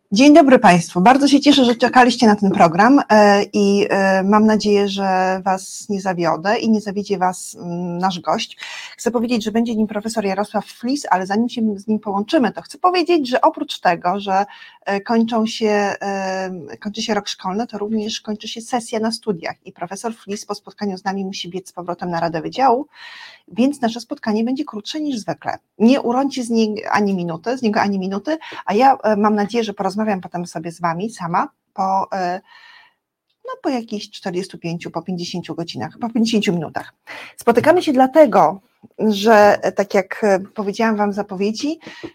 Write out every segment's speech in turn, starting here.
Dzień dobry Państwu. Bardzo się cieszę, że czekaliście na ten program i mam nadzieję, że Was nie zawiodę i nie zawiedzie Was nasz gość. Chcę powiedzieć, że będzie nim profesor Jarosław Flis, ale zanim się z nim połączymy, to chcę powiedzieć, że oprócz tego, że kończy się rok szkolny, to również kończy się sesja na studiach i profesor Flis po spotkaniu z nami musi biec z powrotem na Radę Wydziału, więc nasze spotkanie będzie krótsze niż zwykle. Nie urońcie z niego ani minuty, a ja mam nadzieję, że porozmawiam potem sobie z Wami sama po jakichś 45, po 50 godzinach, po 50 minutach. Spotykamy się dlatego, że tak jak powiedziałam Wam w zapowiedzi,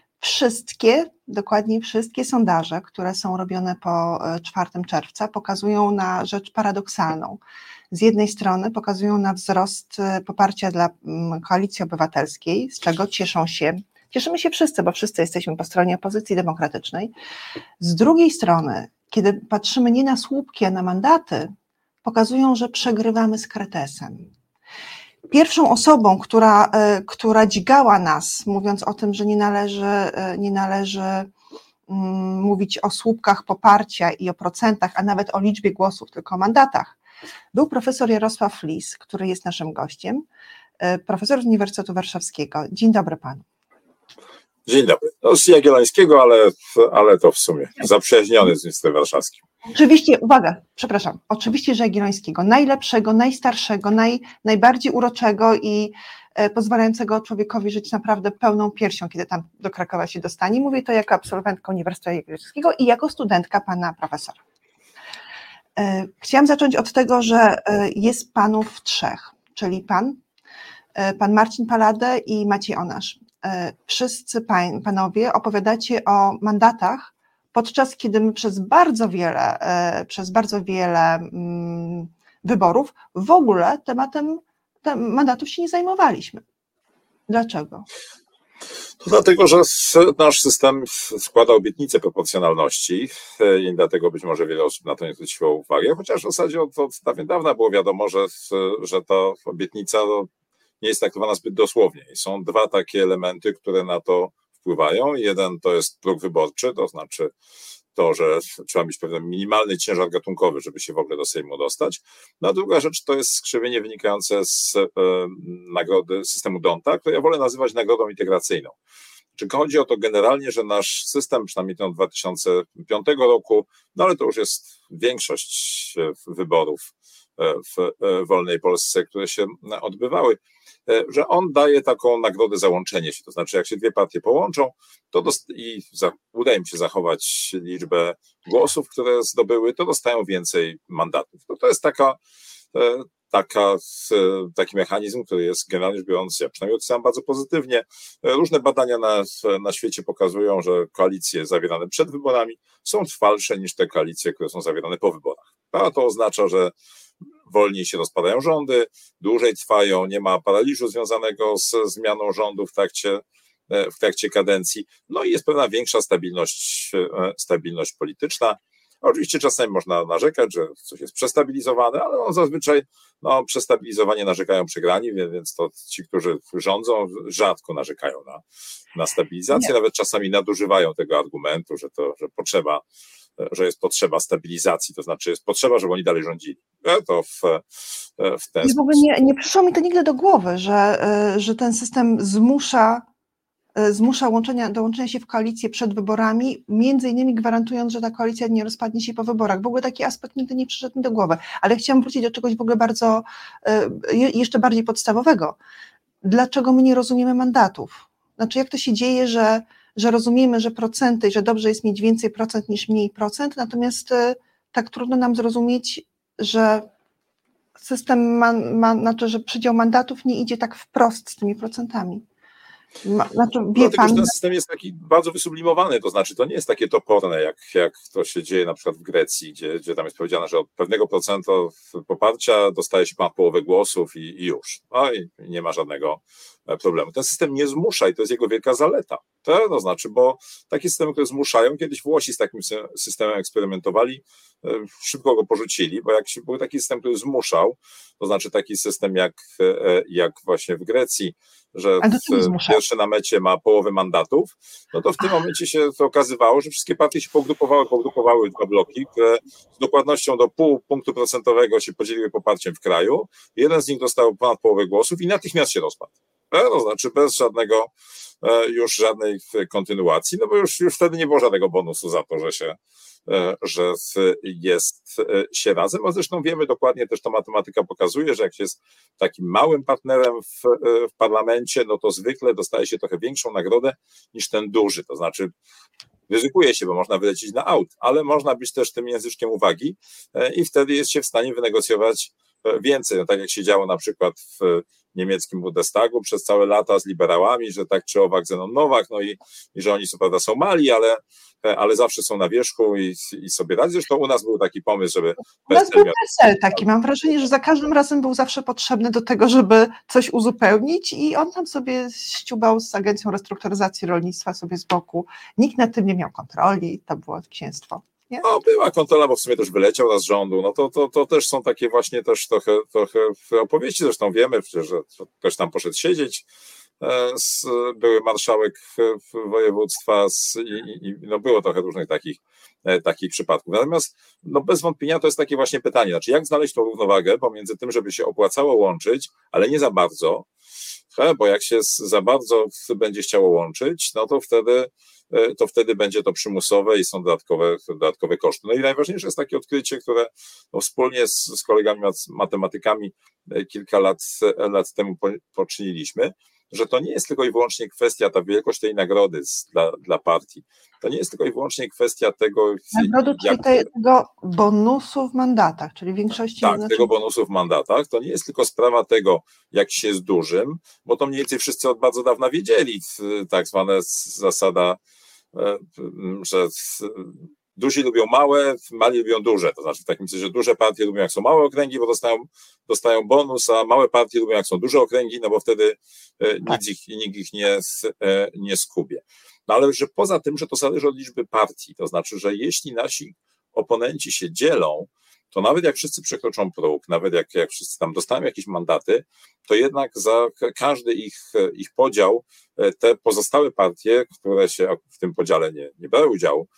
dokładnie wszystkie sondaże, które są robione po 4 czerwca, pokazują na rzecz paradoksalną. Z jednej strony pokazują na wzrost poparcia dla Koalicji Obywatelskiej, z czego cieszymy się wszyscy, bo wszyscy jesteśmy po stronie opozycji demokratycznej. Z drugiej strony, kiedy patrzymy nie na słupki, a na mandaty, pokazują, że przegrywamy z kretesem. Pierwszą osobą, która dźgała nas, mówiąc o tym, że nie należy mówić o słupkach poparcia i o procentach, a nawet o liczbie głosów, tylko o mandatach, był profesor Jarosław Flis, który jest naszym gościem, profesor z Uniwersytetu Warszawskiego. Dzień dobry Panu. Dzień dobry. No, z Jagiellońskiego, ale to w sumie zaprzyjaźniony z Uniwersytetem Warszawskim. Oczywiście, oczywiście, że Jagiellońskiego, najlepszego, najstarszego, najbardziej uroczego i pozwalającego człowiekowi żyć naprawdę pełną piersią, kiedy tam do Krakowa się dostanie. Mówię to jako absolwentka Uniwersytetu Jagiellońskiego i jako studentka pana profesora. Chciałam zacząć od tego, że jest panów trzech, czyli pan Marcin Palade i Maciej Onasz. Wszyscy panowie opowiadacie o mandatach, podczas kiedy my przez bardzo wiele wyborów w ogóle tematem mandatów się nie zajmowaliśmy. Dlaczego? To dlatego, że nasz system składa obietnicę proporcjonalności i dlatego być może wiele osób na to nie zwróciło uwagi, chociaż w zasadzie od dawien dawna było wiadomo, że ta obietnica nie jest traktowana zbyt dosłownie. I są dwa takie elementy, które na to wpływają. Jeden to jest próg wyborczy, to znaczy to, że trzeba mieć pewien minimalny ciężar gatunkowy, żeby się w ogóle do Sejmu dostać. No a druga rzecz to jest skrzywienie wynikające z nagrody systemu D'Hondta, które ja wolę nazywać nagrodą integracyjną. Czy chodzi o to generalnie, że nasz system, przynajmniej ten od 2005 roku, no ale to już jest większość wyborów w wolnej Polsce, które się odbywały, że on daje taką nagrodę za łączenie się, to znaczy jak się dwie partie połączą, to uda im się zachować liczbę głosów, które zdobyły, to dostają więcej mandatów. To jest taki mechanizm, który jest generalnie rzecz biorąc, ja przynajmniej oceniam bardzo pozytywnie. Różne badania na świecie pokazują, że koalicje zawierane przed wyborami są trwalsze niż te koalicje, które są zawierane po wyborach. A to oznacza, że wolniej się rozpadają rządy, dłużej trwają, nie ma paraliżu związanego z zmianą rządu w trakcie kadencji, no i jest pewna większa stabilność polityczna. Oczywiście czasami można narzekać, że coś jest przestabilizowane, ale zazwyczaj przestabilizowanie narzekają przegrani, więc to ci, którzy rządzą, rzadko narzekają na stabilizację, nawet czasami nadużywają tego argumentu, że jest potrzeba stabilizacji, to znaczy jest potrzeba, żeby oni dalej rządzili. To w ten sposób. W ogóle nie przyszło mi to nigdy do głowy, że ten system zmusza do łączenia się w koalicję przed wyborami, między innymi gwarantując, że ta koalicja nie rozpadnie się po wyborach. W ogóle taki aspekt nigdy nie przyszedł mi do głowy, ale chciałam wrócić do czegoś w ogóle bardzo, jeszcze bardziej podstawowego. Dlaczego my nie rozumiemy mandatów? Znaczy jak to się dzieje, że rozumiemy, że procenty, że dobrze jest mieć więcej procent niż mniej procent, natomiast tak trudno nam zrozumieć, że system znaczy, że przydział mandatów nie idzie tak wprost z tymi procentami. Znaczy, Dlatego, że ten system jest taki bardzo wysublimowany, to znaczy to nie jest takie toporne, jak to się dzieje na przykład w Grecji, gdzie tam jest powiedziane, że od pewnego procentu poparcia dostaje się ponad połowę głosów i już. No i nie ma problemu. Ten system nie zmusza i to jest jego wielka zaleta. To znaczy, bo takie systemy, które zmuszają, kiedyś Włosi z takim systemem eksperymentowali, szybko go porzucili, bo jak był taki system, który zmuszał, to znaczy taki system jak właśnie w Grecji, że pierwszy na mecie ma połowę mandatów, no to w tym momencie się to okazywało, że wszystkie partie się pogrupowały w dwa bloki, które z dokładnością do pół punktu procentowego się podzieliły poparciem w kraju. Jeden z nich dostał ponad połowę głosów i natychmiast się rozpadł. To znaczy bez żadnej kontynuacji, no bo już wtedy nie było żadnego bonusu za to, że się razem, a zresztą wiemy dokładnie, też to matematyka pokazuje, że jak się jest takim małym partnerem w parlamencie, no to zwykle dostaje się trochę większą nagrodę niż ten duży, to znaczy ryzykuje się, bo można wylecieć na aut, ale można być też tym języczkiem uwagi i wtedy jest się w stanie wynegocjować więcej, no tak jak się działo na przykład w niemieckim Bundestagu przez całe lata z liberałami, że tak czy owak Zenon Nowak, no i że oni co prawda są mali, ale zawsze są na wierzchu i sobie radzi. Zresztą u nas był taki pomysł, żeby... U nas był PESEL taki, mam wrażenie, że za każdym razem był zawsze potrzebny do tego, żeby coś uzupełnić i on tam sobie ściubał z Agencją Restrukturyzacji Rolnictwa sobie z boku. Nikt nad tym nie miał kontroli, to było księstwo. Nie? No, była kontrola, bo w sumie też wyleciał raz z rządu, no to też są takie właśnie też trochę opowieści, zresztą wiemy przecież, że ktoś tam poszedł siedzieć, były marszałek województwa no było trochę różnych takich przypadków. Natomiast no bez wątpienia to jest takie właśnie pytanie, znaczy jak znaleźć tą równowagę pomiędzy tym, żeby się opłacało łączyć, ale nie za bardzo, bo jak się za bardzo będzie chciało łączyć, no to wtedy będzie to przymusowe i są dodatkowe koszty. No i najważniejsze jest takie odkrycie, które no wspólnie z kolegami matematykami kilka lat temu poczyniliśmy, że to nie jest tylko i wyłącznie kwestia, ta wielkość tej nagrody dla partii, to nie jest tylko i wyłącznie kwestia tego... czyli tego bonusu w mandatach, czyli większości... Tak, tego bonusu w mandatach, to nie jest tylko sprawa tego, jak się jest dużym, bo to mniej więcej wszyscy od bardzo dawna wiedzieli, tak zwana zasada, że duzi lubią małe, mali lubią duże, to znaczy w takim sensie, że duże partie lubią jak są małe okręgi, bo dostają bonus, a małe partie lubią jak są duże okręgi, no bo wtedy nikt ich nie skubie. No ale że poza tym, że to zależy od liczby partii, to znaczy, że jeśli nasi oponenci się dzielą, to nawet jak wszyscy przekroczą próg, nawet jak wszyscy tam dostają jakieś mandaty, to jednak za każdy ich podział te pozostałe partie, które się w tym podziale nie brały udziału,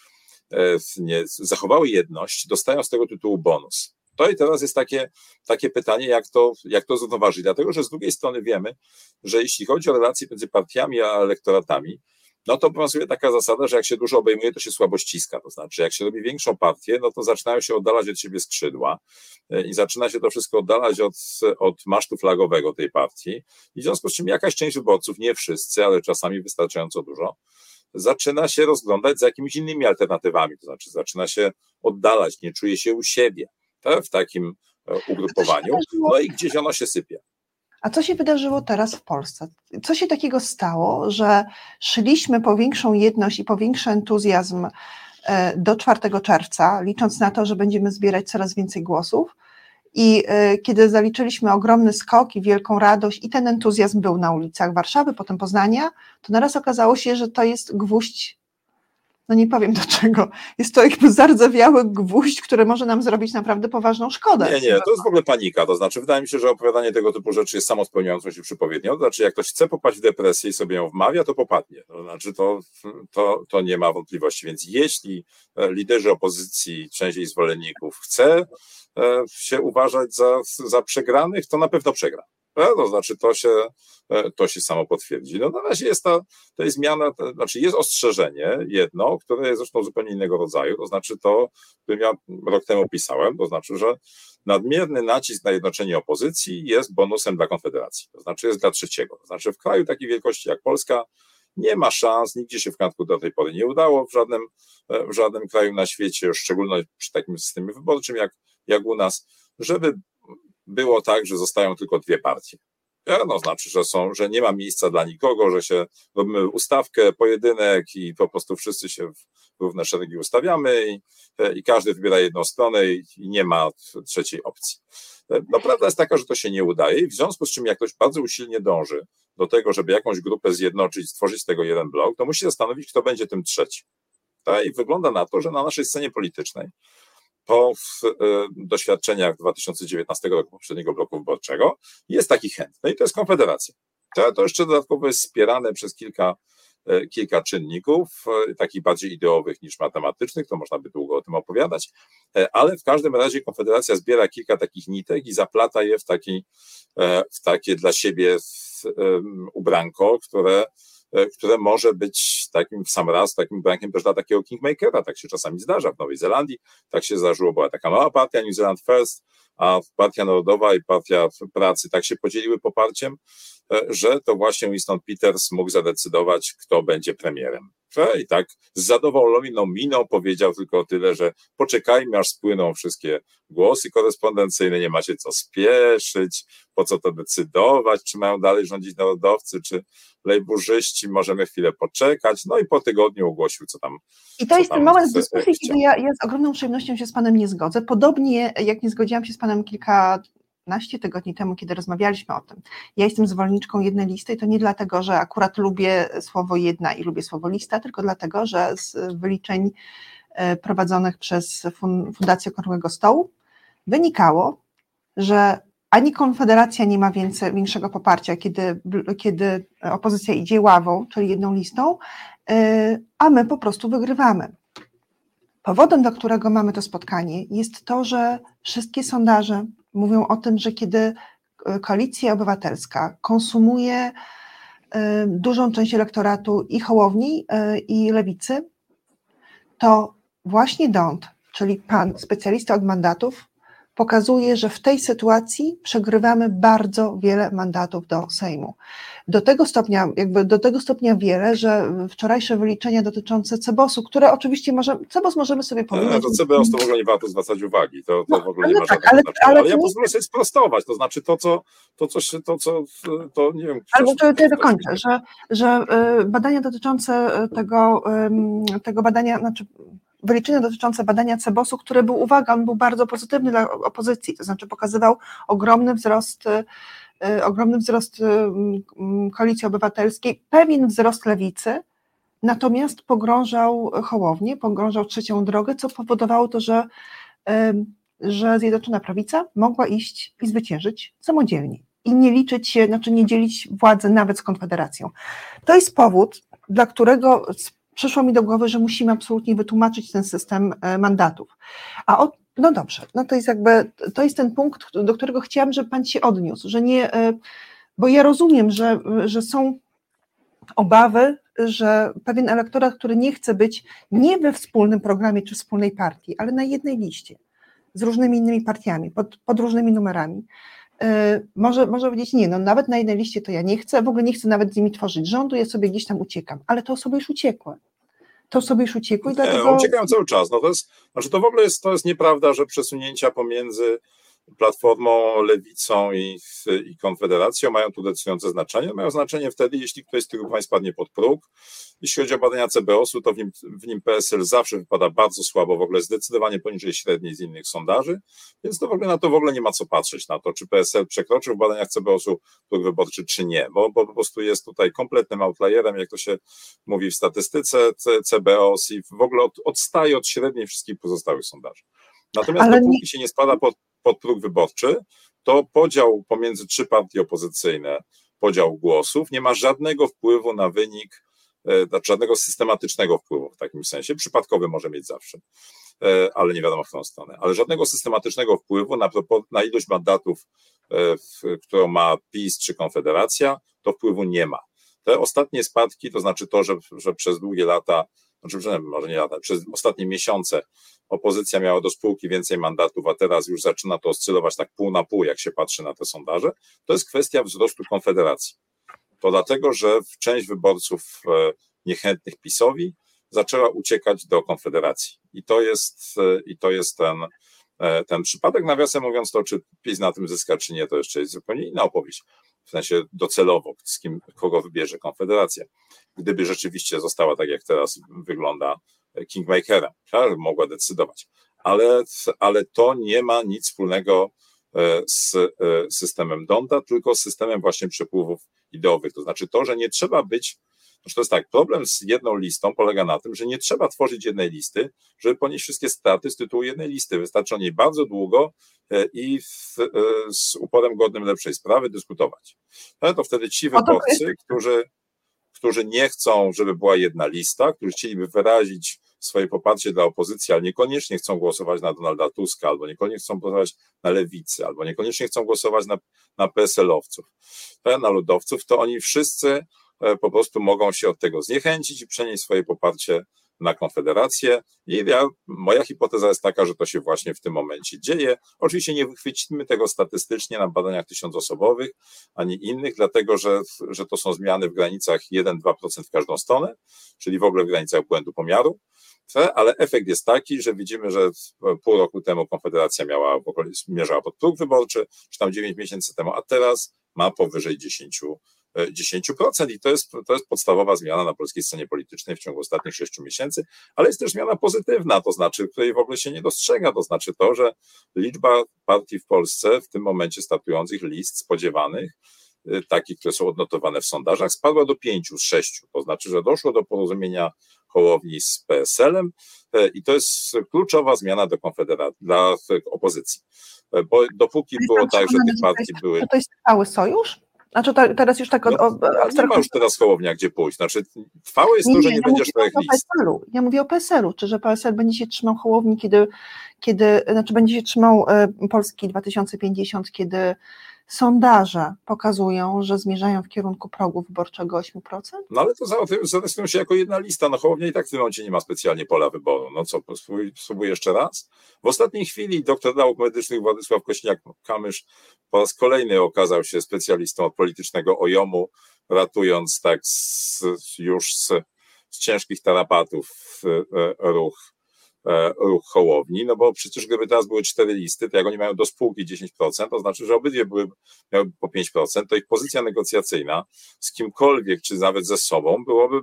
nie zachowały jedność, dostają z tego tytułu bonus. To i teraz jest takie pytanie, jak to zrównoważyć, dlatego że z drugiej strony wiemy, że jeśli chodzi o relacje między partiami a elektoratami, no to obowiązuje taka zasada, że jak się dużo obejmuje, to się słabo ściska. To znaczy, jak się robi większą partię, no to zaczynają się oddalać od siebie skrzydła i zaczyna się to wszystko oddalać od masztu flagowego tej partii. I w związku z czym jakaś część wyborców, nie wszyscy, ale czasami wystarczająco dużo, zaczyna się rozglądać za jakimiś innymi alternatywami. To znaczy, zaczyna się oddalać, nie czuje się u siebie w takim ugrupowaniu. No i gdzieś ono się sypie. A co się wydarzyło teraz w Polsce? Co się takiego stało, że szliśmy po większą jedność i po większy entuzjazm do 4 czerwca, licząc na to, że będziemy zbierać coraz więcej głosów i kiedy zaliczyliśmy ogromny skok i wielką radość i ten entuzjazm był na ulicach Warszawy, potem Poznania, to naraz okazało się, że to jest gwóźdź, no nie powiem do czego, jest to jakby zardzewiały gwóźdź, który może nam zrobić naprawdę poważną szkodę. Nie, to jest w ogóle panika, to znaczy wydaje mi się, że opowiadanie tego typu rzeczy jest samospełniającą się przypowiednią, to znaczy jak ktoś chce popaść w depresję i sobie ją wmawia, to popadnie, to znaczy to nie ma wątpliwości, więc jeśli liderzy opozycji, część jej zwolenników chce się uważać za przegranych, to na pewno przegra. To znaczy to się samo potwierdzi. No na razie jest to jest zmiana, to znaczy jest ostrzeżenie jedno, które jest zresztą zupełnie innego rodzaju, to znaczy to, którym ja rok temu pisałem, to znaczy, że nadmierny nacisk na jednoczenie opozycji jest bonusem dla Konfederacji, to znaczy jest dla trzeciego. To znaczy w kraju takiej wielkości jak Polska nie ma szans, nigdzie się w kanku do tej pory nie udało, w żadnym kraju na świecie, szczególnie przy takim systemie wyborczym jak u nas, żeby było tak, że zostają tylko 2 partie. No znaczy, że nie ma miejsca dla nikogo, że się robimy ustawkę, pojedynek i po prostu wszyscy się w równe szeregi ustawiamy i każdy wybiera jedną stronę i nie ma trzeciej opcji. No prawda jest taka, że to się nie udaje i w związku z czym jak ktoś bardzo usilnie dąży do tego, żeby jakąś grupę zjednoczyć, stworzyć z tego jeden blok, to musi zastanowić, kto będzie tym trzecim. Tak? I wygląda na to, że na naszej scenie politycznej po doświadczeniach 2019 roku, poprzedniego bloku wyborczego, jest taki chętny i to jest Konfederacja. To jeszcze dodatkowo jest wspierane przez kilka czynników, takich bardziej ideowych niż matematycznych, to można by długo o tym opowiadać, ale w każdym razie Konfederacja zbiera kilka takich nitek i zaplata je w takie dla siebie ubranko, które może być takim w sam raz, takim ubrankiem też dla takiego kingmakera. Tak się czasami zdarza w Nowej Zelandii, tak się zdarzyło, była taka mała partia New Zealand First, a Partia Narodowa i Partia Pracy tak się podzieliły poparciem, że to właśnie Winston Peters mógł zadecydować, kto będzie premierem. I tak z zadowoloną miną powiedział tylko tyle, że poczekajmy, aż spłyną wszystkie głosy korespondencyjne, nie macie co spieszyć, po co to decydować, czy mają dalej rządzić narodowcy, czy lejburzyści, możemy chwilę poczekać, no i po tygodniu ogłosił, co tam. I to jest ten moment dyskusji, kiedy ja z ogromną przyjemnością się z panem nie zgodzę, podobnie jak nie zgodziłam się z panem kilkanaście tygodni temu, kiedy rozmawialiśmy o tym. Ja jestem zwolenniczką jednej listy i to nie dlatego, że akurat lubię słowo jedna i lubię słowo lista, tylko dlatego, że z wyliczeń prowadzonych przez Fundację Okrągłego Stołu wynikało, że ani Konfederacja nie ma większego poparcia, kiedy opozycja idzie ławą, czyli jedną listą, a my po prostu wygrywamy. Powodem, dla którego mamy to spotkanie, jest to, że wszystkie sondaże mówią o tym, że kiedy Koalicja Obywatelska konsumuje dużą część elektoratu i Hołowni, i Lewicy, to właśnie Dąd, czyli pan specjalista od mandatów, pokazuje, że w tej sytuacji przegrywamy bardzo wiele mandatów do Sejmu. Do tego stopnia wiele, że wczorajsze wyliczenia dotyczące CBOS-u, które oczywiście CBOS możemy sobie powiedzieć. To CBOS to w ogóle nie warto zwracać uwagi, to w ogóle nie ma żadnego znaczenia. Ale ja pozwolę sobie sprostować, to znaczy to nie wiem. Albo to ja dokończę, że badania dotyczące tego badania, znaczy wyliczenia dotyczące badania CBOS-u, który był, uwaga, on był bardzo pozytywny dla opozycji, to znaczy pokazywał ogromny wzrost Koalicji Obywatelskiej, pewien wzrost Lewicy, natomiast pogrążał Hołownię, pogrążał Trzecią Drogę, co powodowało to, że Zjednoczona Prawica mogła iść i zwyciężyć samodzielnie i nie liczyć się, znaczy nie dzielić władzy nawet z Konfederacją. To jest powód, dla którego przyszło mi do głowy, że musimy absolutnie wytłumaczyć ten system mandatów. No dobrze, no to jest ten punkt, do którego chciałam, żeby pan się odniósł, że nie, bo ja rozumiem, że są obawy, że pewien elektorat, który nie chce być nie we wspólnym programie czy wspólnej partii, ale na jednej liście, z różnymi innymi partiami, pod różnymi numerami, może powiedzieć, nie, no nawet na jednej liście to ja nie chcę, w ogóle nie chcę nawet z nimi tworzyć rządu, ja sobie gdzieś tam uciekam, ale te osoby już uciekły. I dlatego... Uciekają cały czas. No to w ogóle jest nieprawda, że przesunięcia pomiędzy Platformą, Lewicą i Konfederacją mają tu decydujące znaczenie. Mają znaczenie wtedy, jeśli ktoś z tych państw padnie pod próg. Jeśli chodzi o badania CBOS-u, to w nim PSL zawsze wypada bardzo słabo, w ogóle zdecydowanie poniżej średniej z innych sondaży, więc na to w ogóle nie ma co patrzeć, na to, czy PSL przekroczył w badaniach CBOS-u próg wyborczy, czy nie, bo po prostu jest tutaj kompletnym outlierem, jak to się mówi w statystyce CBOS i w ogóle odstaje od średniej wszystkich pozostałych sondaży. Natomiast dopóki się nie spada pod próg wyborczy, to podział pomiędzy trzy partie opozycyjne, podział głosów nie ma żadnego wpływu na wynik, żadnego systematycznego wpływu w takim sensie, przypadkowy może mieć zawsze, ale nie wiadomo w którą stronę, ale żadnego systematycznego wpływu na ilość mandatów, którą ma PiS czy Konfederacja, to wpływu nie ma. Te ostatnie spadki, to znaczy to, że przez długie lata, może nie lata, przez ostatnie miesiące opozycja miała do spółki więcej mandatów, a teraz już zaczyna to oscylować tak pół na pół, jak się patrzy na te sondaże, to jest kwestia wzrostu Konfederacji. To dlatego, że część wyborców niechętnych PiS-owi zaczęła uciekać do Konfederacji. I to jest ten przypadek. Nawiasem mówiąc, to czy PiS na tym zyska, czy nie, to jeszcze jest zupełnie inna opowieść. W sensie docelowo, kogo wybierze Konfederacja. Gdyby rzeczywiście została tak, jak teraz wygląda, kingmakerem, mogła decydować. Ale to nie ma nic wspólnego z systemem Donta, tylko z systemem właśnie przepływów ideowych. To znaczy to, że nie trzeba być, znaczy to jest tak, problem z jedną listą polega na tym, że nie trzeba tworzyć jednej listy, żeby ponieść wszystkie straty z tytułu jednej listy. Wystarczy o niej bardzo długo i z uporem godnym lepszej sprawy dyskutować. Ale to wtedy ci wyborcy, którzy nie chcą, żeby była jedna lista, którzy chcieliby wyrazić swoje poparcie dla opozycji, ale niekoniecznie chcą głosować na Donalda Tuska, albo niekoniecznie chcą głosować na Lewicy, albo niekoniecznie chcą głosować na PSL-owców, na ludowców, to oni wszyscy po prostu mogą się od tego zniechęcić i przenieść swoje poparcie na Konfederację. I moja hipoteza jest taka, że to się właśnie w tym momencie dzieje. Oczywiście nie wychwycimy tego statystycznie na badaniach 1000-osobowych, ani innych, dlatego że to są zmiany w granicach 1-2% w każdą stronę, czyli w ogóle w granicach błędu pomiaru. Ale efekt jest taki, że widzimy, że pół roku temu Konfederacja mierzała pod próg wyborczy, czy tam 9 miesięcy temu, a teraz ma powyżej 10%. I to jest podstawowa zmiana na polskiej scenie politycznej w ciągu ostatnich 6 miesięcy, ale jest też zmiana pozytywna, to znaczy, której w ogóle się nie dostrzega, to znaczy to, że liczba partii w Polsce w tym momencie startujących list spodziewanych, takich, które są odnotowane w sondażach, spadła do 5 z 6. To znaczy, że doszło do porozumienia Hołowni z PSL-em i to jest kluczowa zmiana dla opozycji. Bo dopóki było tak, że tych partii były... To jest trwały sojusz? Znaczy teraz już tak nie ma już teraz Hołownia gdzie pójść. Znaczy trwałe jest to, że nie będzie 4 list. Ja mówię o PSL-u. Czy że PSL będzie się trzymał Hołowni, znaczy będzie się trzymał Polski 2050, kiedy sondaże pokazują, że zmierzają w kierunku progu wyborczego 8%? No ale to zadecydują się jako jedna lista. No Hołownia i tak w tym momencie nie ma specjalnie pola wyboru. No co, spróbuję jeszcze raz? W ostatniej chwili doktor nauk medycznych Władysław Kośniak-Kamysz po raz kolejny okazał się specjalistą od politycznego ojomu, ratując tak już z ciężkich tarapatów ruch Hołowni, no bo przecież gdyby teraz były 4 listy, to jak oni mają do spółki 10%, to znaczy, że obydwie miałyby po 5%, to ich pozycja negocjacyjna z kimkolwiek, czy nawet ze sobą, byłoby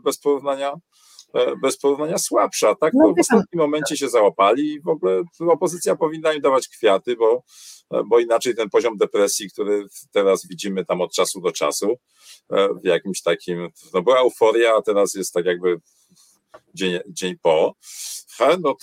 bez porównania słabsza. Tak, to w ostatnim momencie się załapali i w ogóle opozycja powinna im dawać kwiaty, bo inaczej ten poziom depresji, który teraz widzimy tam od czasu do czasu, w jakimś takim, no była euforia, a teraz jest tak jakby dzień po, no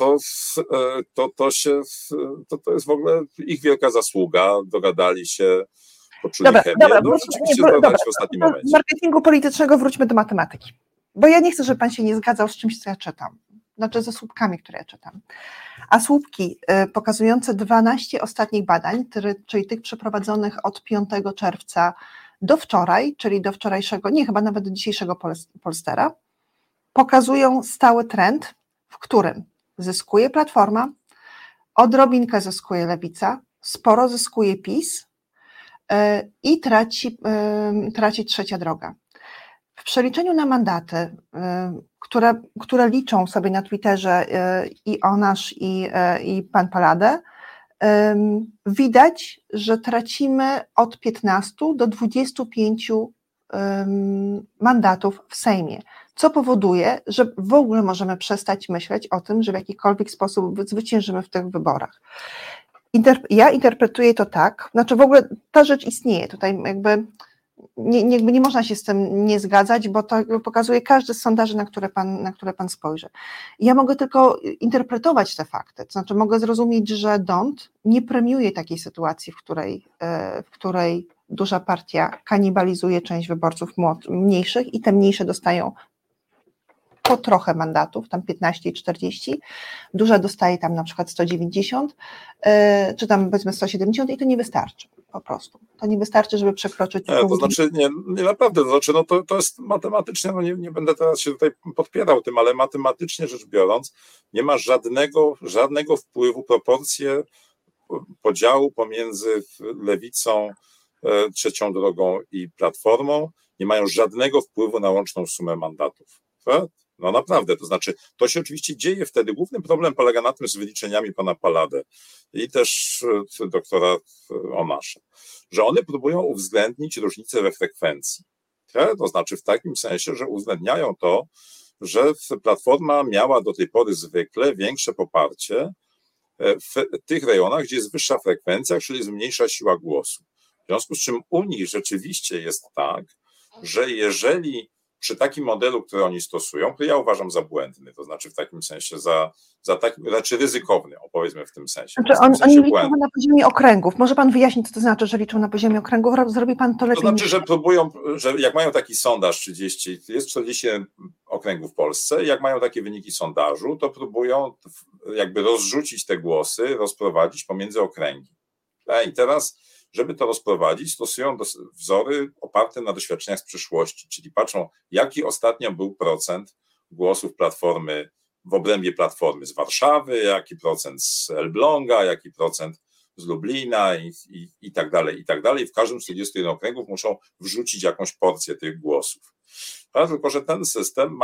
to jest w ogóle ich wielka zasługa, dogadali się, poczuli chemię, rzeczywiście dogadali się w ostatnim momencie. Z marketingu politycznego wróćmy do matematyki, bo ja nie chcę, żeby pan się nie zgadzał z czymś, co ja czytam, znaczy ze słupkami, które ja czytam, a słupki pokazujące 12 ostatnich badań, czyli tych przeprowadzonych od 5 czerwca do wczoraj, czyli do wczorajszego, nie chyba nawet do dzisiejszego Polstera, pokazują stały trend, w którym zyskuje Platforma, odrobinkę zyskuje Lewica, sporo zyskuje PiS i traci Trzecia Droga. W przeliczeniu na mandaty, które liczą sobie na Twitterze i Onasz i pan Paladę, widać, że tracimy od 15 do 25 mandatów w Sejmie, co powoduje, że w ogóle możemy przestać myśleć o tym, że w jakikolwiek sposób zwyciężymy w tych wyborach. Ja interpretuję to tak, znaczy w ogóle ta rzecz istnieje, tutaj jakby nie można się z tym nie zgadzać, bo to pokazuje każdy z sondaży, na które pan spojrzy. Ja mogę tylko interpretować te fakty, to znaczy mogę zrozumieć, że DONT nie premiuje takiej sytuacji, w której duża partia kanibalizuje część wyborców mniejszych i te mniejsze dostają po trochę mandatów, tam 15 i 40, duża dostaje tam na przykład 190, czy tam powiedzmy 170 i to nie wystarczy po prostu. To nie wystarczy, żeby przekroczyć... To znaczy, nie naprawdę, to znaczy, no to jest matematycznie, no nie będę teraz się tutaj podpierał tym, ale matematycznie rzecz biorąc, nie ma żadnego wpływu, proporcje podziału pomiędzy Lewicą, Trzecią Drogą i Platformą nie mają żadnego wpływu na łączną sumę mandatów. Tak? No naprawdę, to znaczy, to się oczywiście dzieje wtedy. Główny problem polega na tym z wyliczeniami pana Paladę i też doktora Onasza, że one próbują uwzględnić różnice we frekwencji. Tak? To znaczy w takim sensie, że uwzględniają to, że Platforma miała do tej pory zwykle większe poparcie w tych rejonach, gdzie jest wyższa frekwencja, czyli jest mniejsza siła głosu. W związku z czym u nich rzeczywiście jest tak, że jeżeli przy takim modelu, który oni stosują, to ja uważam za błędny, to znaczy w takim sensie za taki, znaczy ryzykowny, powiedzmy w tym sensie. Znaczy oni liczą na poziomie okręgów. Może pan wyjaśnić, co to znaczy, że liczą na poziomie okręgów? Zrobi pan to lepiej. To znaczy, że próbują, że jak mają taki sondaż 30, jest 40 okręgów w Polsce, jak mają takie wyniki sondażu, to próbują jakby rozrzucić te głosy, rozprowadzić pomiędzy okręgi. I teraz, żeby to rozprowadzić, stosują wzory oparte na doświadczeniach z przyszłości, czyli patrzą, jaki ostatnio był procent głosów Platformy w obrębie Platformy z Warszawy, jaki procent z Elbląga, jaki procent z Lublina i tak dalej, i tak dalej. W każdym z 41 okręgów muszą wrzucić jakąś porcję tych głosów. Tylko że ten system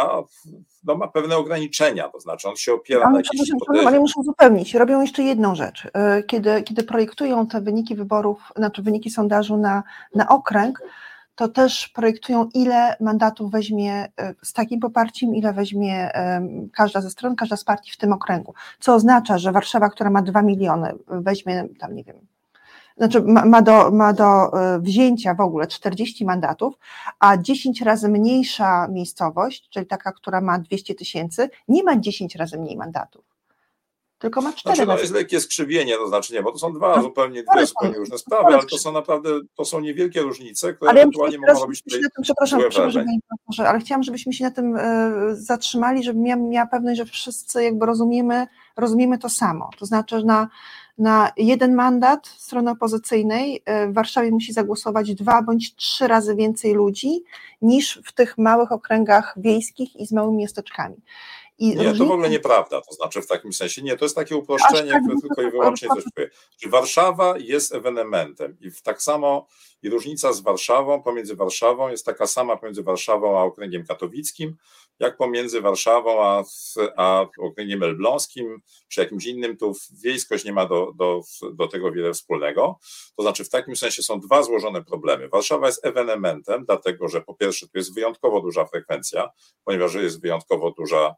ma pewne ograniczenia, to znaczy on się opiera na jakiejś hipotezie. Ale muszą uzupełnić. Robią jeszcze jedną rzecz. Kiedy projektują te wyniki wyborów, znaczy wyniki sondażu na okręg, to też projektują, ile mandatów weźmie z takim poparciem, ile weźmie każda ze stron, każda z partii w tym okręgu. Co oznacza, że Warszawa, która ma 2 miliony, weźmie tam, nie wiem, znaczy ma do wzięcia w ogóle 40 mandatów, a 10 razy mniejsza miejscowość, czyli taka, która ma 200 000, nie ma 10 razy mniej mandatów, tylko ma 4 razy. To jest lekkie skrzywienie, to znaczy nie, bo to są dwie zupełnie różne sprawy, ale to są naprawdę, to są niewielkie różnice, które ewentualnie mogą robić tutaj złe wrażenie. Ale chciałam, żebyśmy się na tym zatrzymali, żebym miała pewność, że wszyscy jakby rozumiemy to samo, to znaczy, że na jeden mandat strony opozycyjnej w Warszawie musi zagłosować 2 bądź 3 razy więcej ludzi niż w tych małych okręgach wiejskich i z małymi miasteczkami. Nie, to w ogóle nieprawda, to znaczy w takim sensie, nie, to jest takie uproszczenie, które tylko i wyłącznie coś powie. Warszawa jest ewenementem i tak samo i różnica z Warszawą, pomiędzy Warszawą jest taka sama pomiędzy Warszawą a okręgiem katowickim, jak pomiędzy Warszawą a okręgiem elbląskim, czy jakimś innym, tu wiejskość nie ma do tego wiele wspólnego, to znaczy w takim sensie są dwa złożone problemy. Warszawa jest ewenementem, dlatego że po pierwsze to jest wyjątkowo duża frekwencja, ponieważ jest wyjątkowo duża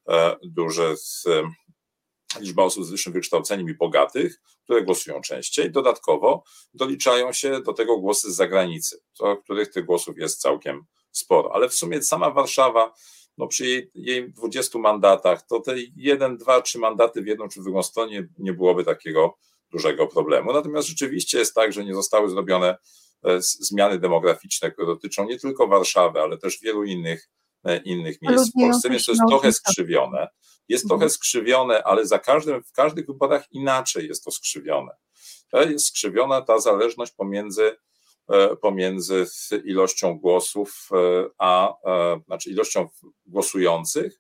liczba osób z wyższym wykształceniem i bogatych, które głosują częściej. Dodatkowo doliczają się do tego głosy z zagranicy, których tych głosów jest całkiem sporo. Ale w sumie sama Warszawa, przy jej 20 mandatach, to te 1, 2, 3 mandaty w jedną czy w drugą stronę nie byłoby takiego dużego problemu. Natomiast rzeczywiście jest tak, że nie zostały zrobione zmiany demograficzne, które dotyczą nie tylko Warszawy, ale też wielu innych miejsc w Polsce, więc to jest trochę skrzywione. Jest trochę skrzywione, ale w każdych wyborach inaczej jest to skrzywione. Jest skrzywiona ta zależność pomiędzy ilością głosów, znaczy ilością głosujących,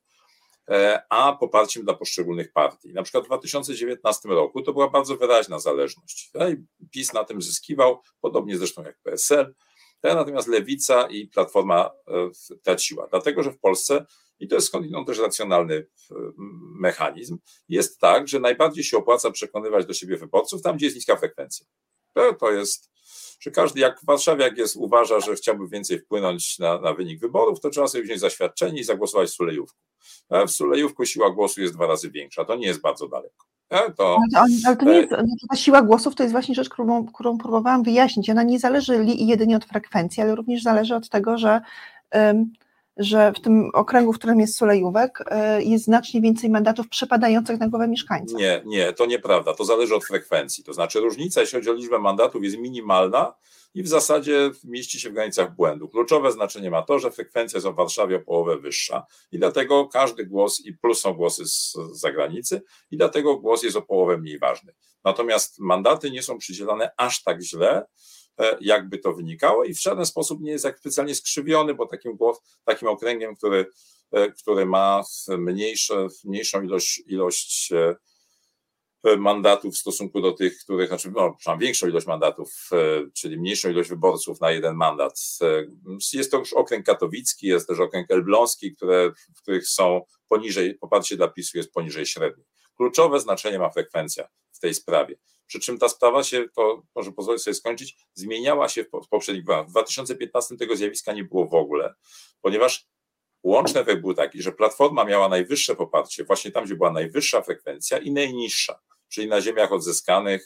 a poparciem dla poszczególnych partii. Na przykład w 2019 roku to była bardzo wyraźna zależność. PiS na tym zyskiwał, podobnie zresztą jak PSL. Natomiast Lewica i Platforma traciła, dlatego że w Polsce, i to jest skądinąd też racjonalny mechanizm, jest tak, że najbardziej się opłaca przekonywać do siebie wyborców tam, gdzie jest niska frekwencja. To jest, że każdy, jak w Warszawie, uważa, że chciałby więcej wpłynąć na wynik wyborów, to trzeba sobie wziąć zaświadczenie i zagłosować w Sulejówku. W Sulejówku siła głosu jest 2 razy większa, to nie jest bardzo daleko. Ale to nie jest, ta siła głosów to jest właśnie rzecz, którą próbowałam wyjaśnić. Ona nie zależy jedynie od frekwencji, ale również zależy od tego, że w tym okręgu, w którym jest Sulejówek, jest znacznie więcej mandatów przypadających na głowę mieszkańca. Nie, to nieprawda, to zależy od frekwencji, to znaczy różnica, jeśli chodzi o liczbę mandatów, jest minimalna i w zasadzie mieści się w granicach błędu. Kluczowe znaczenie ma to, że frekwencja jest w Warszawie o połowę wyższa i dlatego każdy głos, i plus są głosy z zagranicy, i dlatego głos jest o połowę mniej ważny. Natomiast mandaty nie są przydzielane aż tak źle, jakby to wynikało, i w żaden sposób nie jest jak specjalnie skrzywiony, bo takim okręgiem, który ma mniejszą ilość mandatów w stosunku do tych, których, mam większą ilość mandatów, czyli mniejszą ilość wyborców na jeden mandat. Jest to już okręg katowicki, jest też okręg elbląski, w których są poniżej, poparcie dla PiS-u jest poniżej średniej. Kluczowe znaczenie ma frekwencja w tej sprawie. Przy czym ta sprawa się, to może pozwolę sobie skończyć, zmieniała się w poprzednich wyborach. W 2015 tego zjawiska nie było w ogóle, ponieważ łączny efekt był taki, że Platforma miała najwyższe poparcie właśnie tam, gdzie była najwyższa frekwencja i najniższa, czyli na ziemiach odzyskanych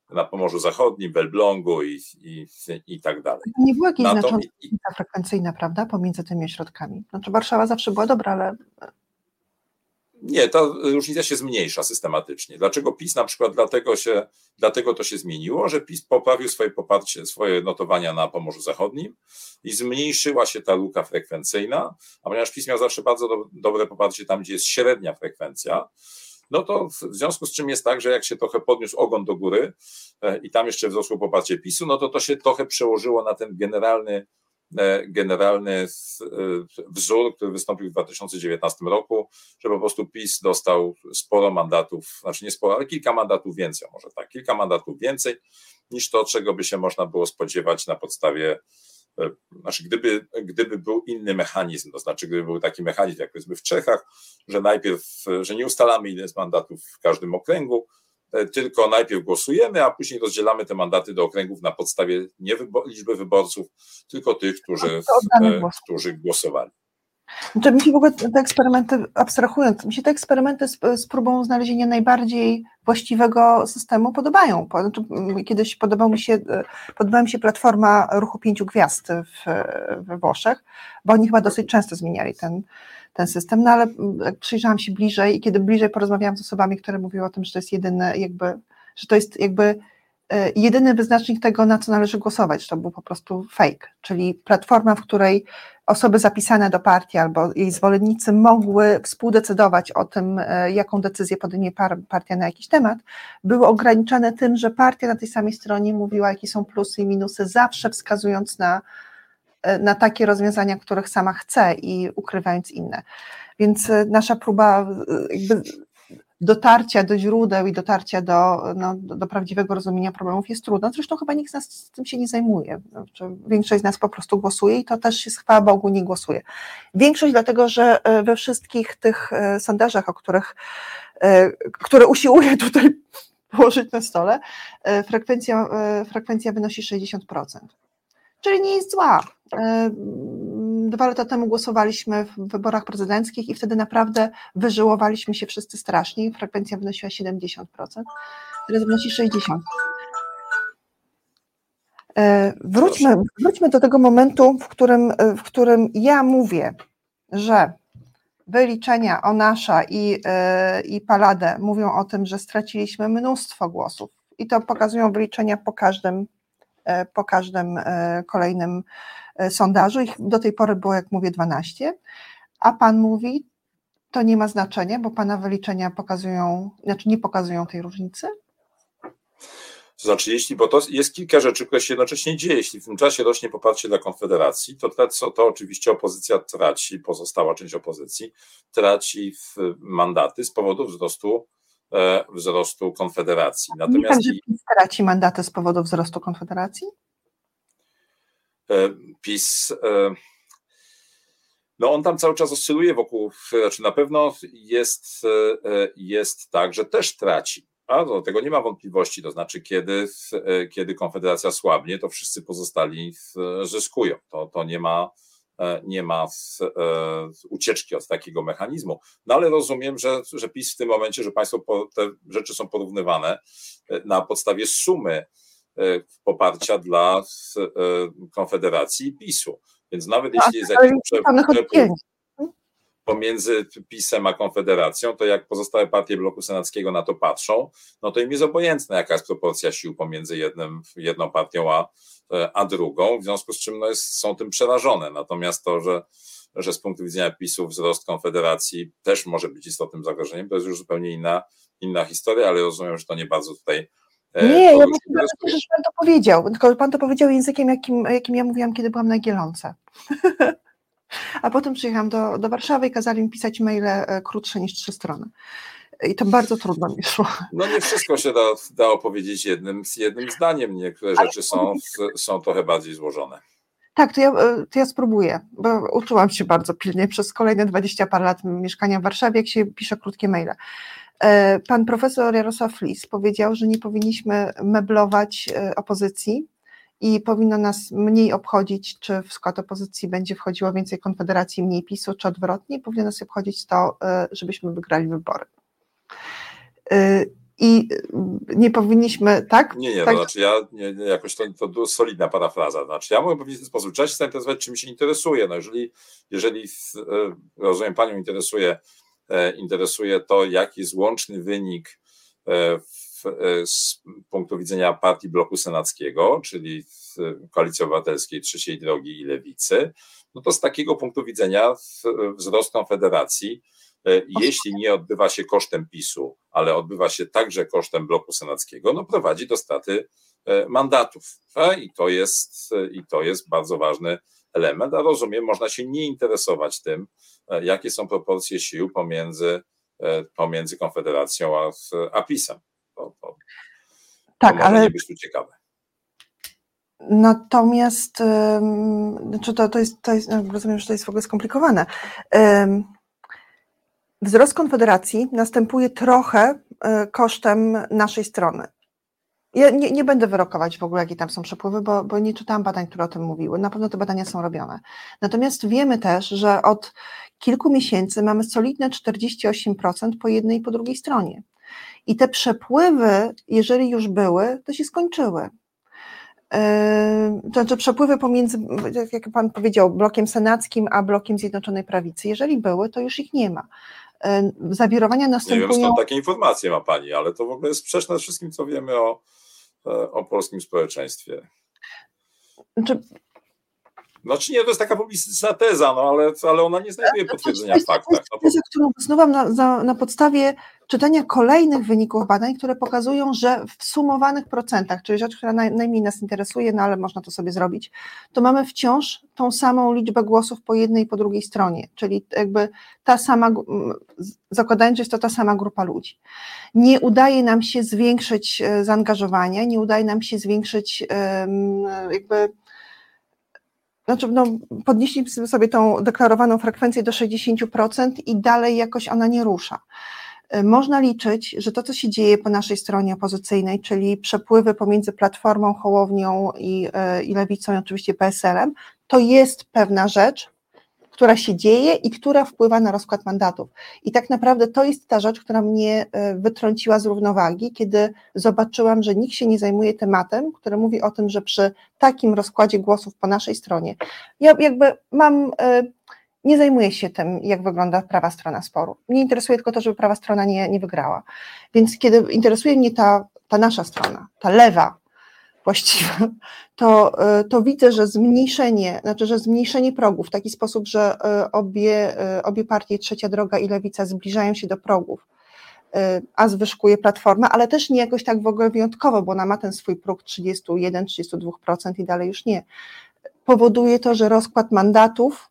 na Pomorzu Zachodnim, w Elblągu i tak dalej. Nie było jakiejś znacząca różnica frekwencyjna, prawda, pomiędzy tymi ośrodkami? Znaczy Warszawa zawsze była dobra, ale... Nie, ta różnica się zmniejsza systematycznie. Dlaczego PiS? Na przykład dlatego to się zmieniło, że PiS poprawił swoje notowania na Pomorzu Zachodnim i zmniejszyła się ta luka frekwencyjna, a ponieważ PiS miał zawsze bardzo dobre poparcie tam, gdzie jest średnia frekwencja, no to w związku z czym jest tak, że jak się trochę podniósł ogon do góry i tam jeszcze wzrosło poparcie PiS-u, no to się trochę przełożyło na ten generalny wzór, który wystąpił w 2019 roku, że po prostu PiS dostał sporo mandatów, znaczy nie sporo, ale kilka mandatów więcej, może tak, kilka mandatów więcej niż to, czego by się można było spodziewać na podstawie, znaczy gdyby był inny mechanizm, to znaczy gdyby był taki mechanizm, jak powiedzmy w Czechach, że nie ustalamy ile jest mandatów w każdym okręgu, tylko najpierw głosujemy, a później rozdzielamy te mandaty do okręgów na podstawie nie liczby wyborców, tylko tych, którzy głosowali. Znaczy, mi się w ogóle te eksperymenty, abstrahując, mi się te eksperymenty z próbą znalezienia najbardziej właściwego systemu podobają. Znaczy, kiedyś podobała mi się platforma Ruchu Pięciu Gwiazd we Włoszech, bo oni chyba dosyć często zmieniali ten system, no ale jak przyjrzałam się bliżej i kiedy bliżej porozmawiałam z osobami, które mówiły o tym, że to jest jedyny wyznacznik tego, na co należy głosować, że to był po prostu fake, czyli platforma, w której osoby zapisane do partii albo jej zwolennicy mogły współdecydować o tym, jaką decyzję podejmie partia na jakiś temat, były ograniczone tym, że partia na tej samej stronie mówiła, jakie są plusy i minusy, zawsze wskazując na takie rozwiązania, których sama chce i ukrywając inne. Więc nasza próba jakby dotarcia do źródeł i dotarcia do prawdziwego rozumienia problemów jest trudna. Zresztą chyba nikt z nas z tym się nie zajmuje. Większość z nas po prostu głosuje i to też się chwała Bogu nie głosuje. Większość dlatego, że we wszystkich tych sondażach, które usiłuję tutaj położyć na stole, frekwencja wynosi 60%. Czyli nie jest zła. 2 lata temu głosowaliśmy w wyborach prezydenckich i wtedy naprawdę wyżyłowaliśmy się wszyscy strasznie. Frekwencja wynosiła 70%, teraz wynosi 60%. Wróćmy do tego momentu, w którym ja mówię, że wyliczenia Onasza i Palladę mówią o tym, że straciliśmy mnóstwo głosów i to pokazują wyliczenia po każdym kolejnym sondażu. Ich do tej pory było, jak mówię, 12, a pan mówi, to nie ma znaczenia, bo pana wyliczenia nie pokazują tej różnicy? To znaczy, bo to jest kilka rzeczy, które się jednocześnie dzieje. Jeśli w tym czasie rośnie poparcie dla Konfederacji, to oczywiście opozycja traci, pozostała część opozycji traci mandaty z powodu wzrostu Konfederacji. Natomiast nie tak, że PiS traci mandaty z powodu wzrostu Konfederacji? PiS, no on tam cały czas oscyluje wokół, znaczy na pewno jest tak, że też traci, a do tego nie ma wątpliwości, to znaczy kiedy Konfederacja słabnie, to wszyscy pozostali zyskują, to nie ma ucieczki od takiego mechanizmu. No ale rozumiem, że PiS w tym momencie, że państwo te rzeczy są porównywane na podstawie sumy poparcia dla Konfederacji i PiS-u. Więc nawet jeśli jest jakiś przepływ pomiędzy PiS-em a Konfederacją, to jak pozostałe partie bloku senackiego na to patrzą, no to im jest obojętne, jaka jest proporcja sił pomiędzy jedną partią a drugą, w związku z czym są tym przerażone. Natomiast to, że z punktu widzenia PiS-u wzrost Konfederacji też może być istotnym zagrożeniem, to jest już zupełnie inna historia, ale rozumiem, że to nie bardzo tutaj. Nie, ja myślę, że pan to powiedział, tylko pan to powiedział językiem, jakim ja mówiłam, kiedy byłam na Jagiellonce. A potem przyjechałam do Warszawy i kazali mi pisać maile krótsze niż 3 strony. I to bardzo trudno mi szło. No nie wszystko się da opowiedzieć jednym zdaniem. Niektóre rzeczy są trochę bardziej złożone. Tak, to ja spróbuję, bo uczyłam się bardzo pilnie przez kolejne 20 parę lat mieszkania w Warszawie, jak się pisze krótkie maile. Pan profesor Jarosław Lis powiedział, że nie powinniśmy meblować opozycji i powinno nas mniej obchodzić, czy w skład opozycji będzie wchodziło więcej Konfederacji, mniej PiS-u, czy odwrotnie. Powinno nas obchodzić to, żebyśmy wygrali wybory. i nie powinniśmy, tak? Nie, tak? To znaczy jakoś to solidna parafraza. Znaczy ja mogę powiedzieć w ten sposób, trzeba się zainteresować, czym się interesuje. No jeżeli rozumiem, panią interesuje to, jaki jest łączny wynik z punktu widzenia partii bloku senackiego, czyli Koalicji Obywatelskiej, Trzeciej Drogi i Lewicy, no to z takiego punktu widzenia wzrost Konfederacji, jeśli nie odbywa się kosztem PiS-u, ale odbywa się także kosztem bloku senackiego, no prowadzi do straty mandatów. I to jest bardzo ważny element, a rozumiem, można się nie interesować tym, jakie są proporcje sił pomiędzy Konfederacją a PiS-em. To może nie być tu ciekawe. Natomiast to jest, rozumiem, że to jest w ogóle skomplikowane. Wzrost Konfederacji następuje trochę kosztem naszej strony. Ja nie będę wyrokować w ogóle, jakie tam są przepływy, bo nie czytałam badań, które o tym mówiły. Na pewno te badania są robione. Natomiast wiemy też, że od kilku miesięcy mamy solidne 48% po jednej i po drugiej stronie. I te przepływy, jeżeli już były, to się skończyły. To znaczy przepływy pomiędzy, jak pan powiedział, blokiem senackim a blokiem Zjednoczonej Prawicy. Jeżeli były, to już ich nie ma. Zawirowania następują... Nie wiem, skąd takie informacje ma pani, ale to w ogóle jest sprzeczne z wszystkim, co wiemy o polskim społeczeństwie. Znaczy nie, to jest taka publicystyczna teza, ale ona nie znajduje potwierdzenia w faktach. To jest teza, którą wysnuwam na podstawie czytania kolejnych wyników badań, które pokazują, że w sumowanych procentach, czyli rzecz, która najmniej nas interesuje, no ale można to sobie zrobić, to mamy wciąż tą samą liczbę głosów po jednej i po drugiej stronie, czyli jakby ta sama, zakładając, że jest to ta sama grupa ludzi. Nie udaje nam się zwiększyć zaangażowania, nie udaje nam się zwiększyć podnieśliśmy sobie tą deklarowaną frekwencję do 60% i dalej jakoś ona nie rusza. Można liczyć, że to, co się dzieje po naszej stronie opozycyjnej, czyli przepływy pomiędzy Platformą, Hołownią i Lewicą i oczywiście PSL-em, to jest pewna rzecz, która się dzieje i która wpływa na rozkład mandatów. I tak naprawdę to jest ta rzecz, która mnie wytrąciła z równowagi, kiedy zobaczyłam, że nikt się nie zajmuje tematem, który mówi o tym, że przy takim rozkładzie głosów po naszej stronie, ja nie zajmuję się tym, jak wygląda prawa strona sporu. Mnie interesuje tylko to, żeby prawa strona nie wygrała. Więc kiedy interesuje mnie ta nasza strona, ta lewa, właściwie, to widzę, że zmniejszenie progów w taki sposób, że obie partie, Trzecia Droga i Lewica, zbliżają się do progów, a zwyżkuje Platforma, ale też nie jakoś tak w ogóle wyjątkowo, bo ona ma ten swój próg 31-32% i dalej już nie. Powoduje to, że rozkład mandatów,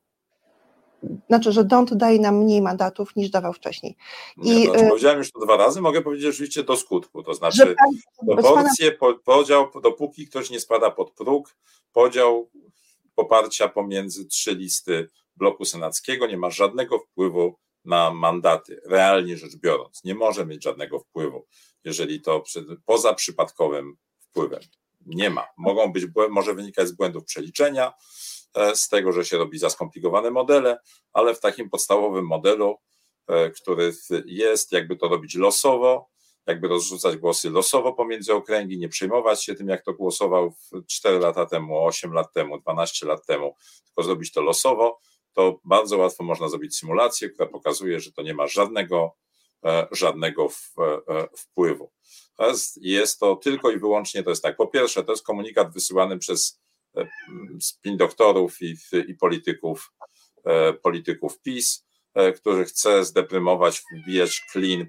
że Dont daje nam mniej mandatów niż dawał wcześniej. Powiedziałem już to 2 razy, mogę powiedzieć oczywiście do skutku, to znaczy podział, dopóki ktoś nie spada pod próg, podział poparcia pomiędzy 3 listy bloku senackiego nie ma żadnego wpływu na mandaty, realnie rzecz biorąc. Nie może mieć żadnego wpływu, jeżeli to poza przypadkowym wpływem nie ma. Może wynikać z błędów przeliczenia, z tego, że się robi za skomplikowane modele, ale w takim podstawowym modelu, który jest, jakby to robić losowo, jakby rozrzucać głosy losowo pomiędzy okręgi, nie przejmować się tym, jak to głosował 4 lata temu, 8 lat temu, 12 lat temu, tylko zrobić to losowo, to bardzo łatwo można zrobić symulację, która pokazuje, że to nie ma żadnego wpływu. Jest to tylko i wyłącznie, to jest tak, po pierwsze, to jest komunikat wysyłany przez spin doktorów i polityków PiS, który chce zdeprymować, wbijać klin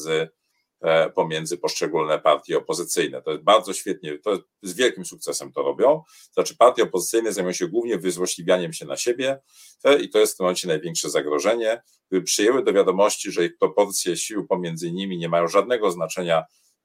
pomiędzy poszczególne partie opozycyjne. To jest bardzo świetnie, to z wielkim sukcesem to robią. Znaczy partie opozycyjne zajmują się głównie wyzłośliwianiem się na siebie i to jest w tym momencie największe zagrożenie. Gdyby przyjęły do wiadomości, że ich proporcje sił pomiędzy nimi nie mają żadnego znaczenia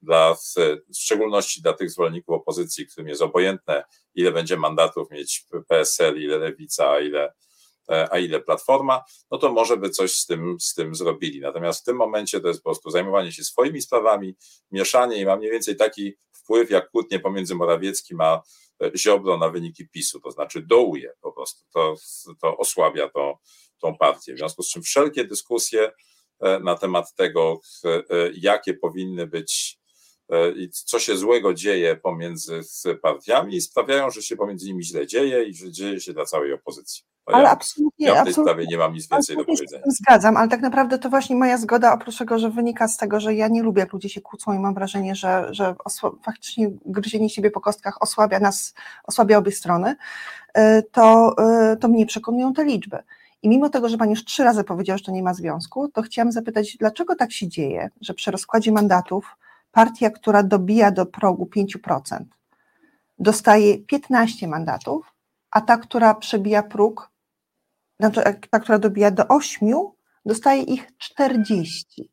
w szczególności dla tych zwolenników opozycji, którym jest obojętne, ile będzie mandatów mieć PSL, ile Lewica, a ile Platforma, no to może by coś z tym zrobili. Natomiast w tym momencie to jest po prostu zajmowanie się swoimi sprawami, mieszanie i ma mniej więcej taki wpływ, jak kłótnie pomiędzy Morawieckim a Ziobro na wyniki PiS-u, to znaczy dołuje po prostu, to osłabia tą partię. W związku z czym wszelkie dyskusje na temat tego, jakie powinny być i co się złego dzieje pomiędzy partiami i sprawiają, że się pomiędzy nimi źle dzieje i że dzieje się dla całej opozycji. Ale absolutnie, ja w tej sprawie nie mam nic więcej do powiedzenia. Się zgadzam, ale tak naprawdę to właśnie moja zgoda, oprócz tego, że wynika z tego, że ja nie lubię, jak ludzie się kłócą i mam wrażenie, że faktycznie gryzienie siebie po kostkach osłabia obie strony, to mnie przekonują te liczby. I mimo tego, że pan już 3 razy powiedział, że to nie ma związku, to chciałam zapytać, dlaczego tak się dzieje, że przy rozkładzie mandatów partia, która dobija do progu 5%, dostaje 15 mandatów, a ta, która przebija próg, znaczy ta, która dobija do 8, dostaje ich 40.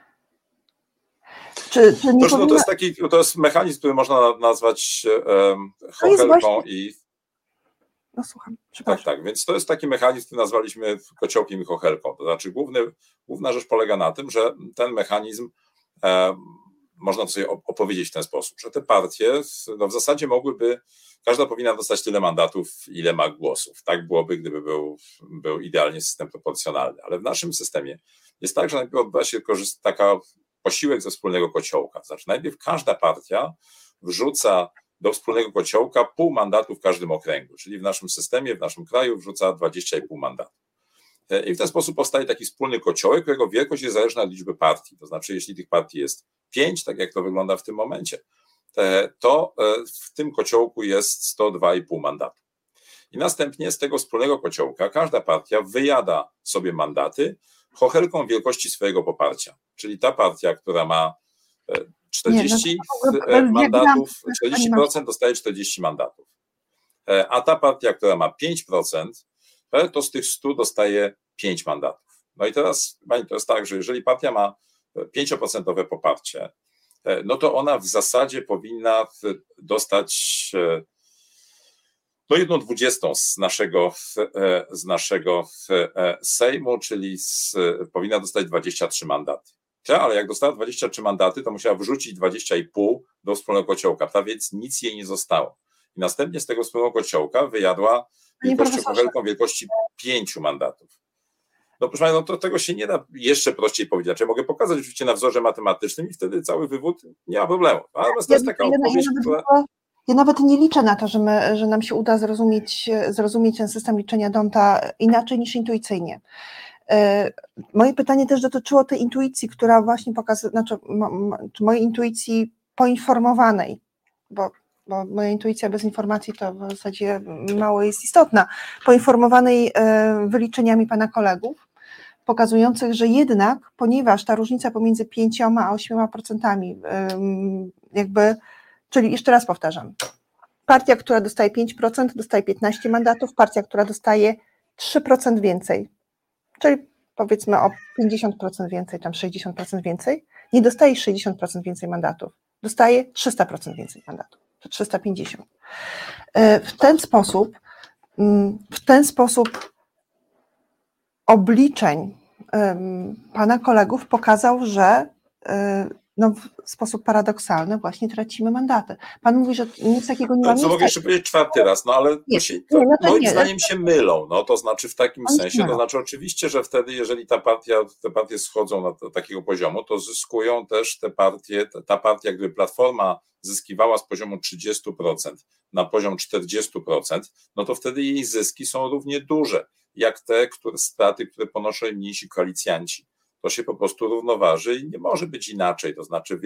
Czy nie Proszę, powinno... to jest mechanizm, który można nazwać chochelką i... No słucham, przepraszam. Tak, więc to jest taki mechanizm, który nazwaliśmy kociołkiem i chochelką. To znaczy główna rzecz polega na tym, że ten mechanizm można to sobie opowiedzieć w ten sposób, że te partie w zasadzie mogłyby, każda powinna dostać tyle mandatów, ile ma głosów. Tak byłoby, gdyby był idealnie system proporcjonalny. Ale w naszym systemie jest tak, że najpierw odbywa się taka posiłek ze wspólnego kociołka. To znaczy najpierw każda partia wrzuca do wspólnego kociołka pół mandatu w każdym okręgu, czyli w naszym systemie, w naszym kraju wrzuca 20,5 mandatu. I w ten sposób powstaje taki wspólny kociołek, którego wielkość jest zależna od liczby partii. To znaczy, jeśli tych partii jest 5, tak jak to wygląda w tym momencie, to w tym kociołku jest 102,5 mandatu. I następnie z tego wspólnego kociołka każda partia wyjada sobie mandaty chochelką wielkości swojego poparcia. Czyli ta partia, która ma 40 mandatów, 40% dostaje 40 mandatów. A ta partia, która ma 5%, to z tych 100 dostaje 5 mandatów. No i teraz, pani, to jest tak, że jeżeli partia ma 5% poparcie, no to ona w zasadzie powinna dostać 1/20 z naszego Sejmu, czyli powinna dostać 23 mandaty. Ale jak dostała 23 mandaty, to musiała wrzucić 20,5 do wspólnego kociołka, więc nic jej nie zostało. I następnie z tego wspólnego kociołka wyjadła chochelką wielkości 5 mandatów. No proszę Państwa, to tego się nie da jeszcze prościej powiedzieć. Znaczy, mogę pokazać oczywiście na wzorze matematycznym i wtedy cały wywód nie ma problemu. To jest taka odpowiedź, która... Ja nawet nie liczę na to, że nam się uda zrozumieć ten system liczenia D'Hondta inaczej niż intuicyjnie. Moje pytanie też dotyczyło tej intuicji, która właśnie czy mojej intuicji poinformowanej, bo moja intuicja bez informacji to w zasadzie mało jest istotna, poinformowanej wyliczeniami pana kolegów, pokazujących, że jednak, ponieważ ta różnica pomiędzy 5 a 8%, czyli jeszcze raz powtarzam, partia, która dostaje 5%, dostaje 15 mandatów, partia, która dostaje 3% więcej, czyli powiedzmy o 50% więcej, tam 60% więcej, nie dostaje 60% więcej mandatów, dostaje 300% więcej mandatów, to 350. W ten sposób obliczeń pana kolegów pokazał, że w sposób paradoksalny właśnie tracimy mandaty. Pan mówi, że nic takiego nie ma miejsca. Co mogę jeszcze powiedzieć 4 raz, ale moim zdaniem się mylą, to znaczy w takim sensie, to znaczy oczywiście, że wtedy, jeżeli te partie schodzą do takiego poziomu, to zyskują też ta partia, gdyby Platforma zyskiwała z poziomu 30% na poziom 40%, no to wtedy jej zyski są równie duże, jak te straty, które ponoszą mniejsi koalicjanci. To się po prostu równoważy i nie może być inaczej. To znaczy,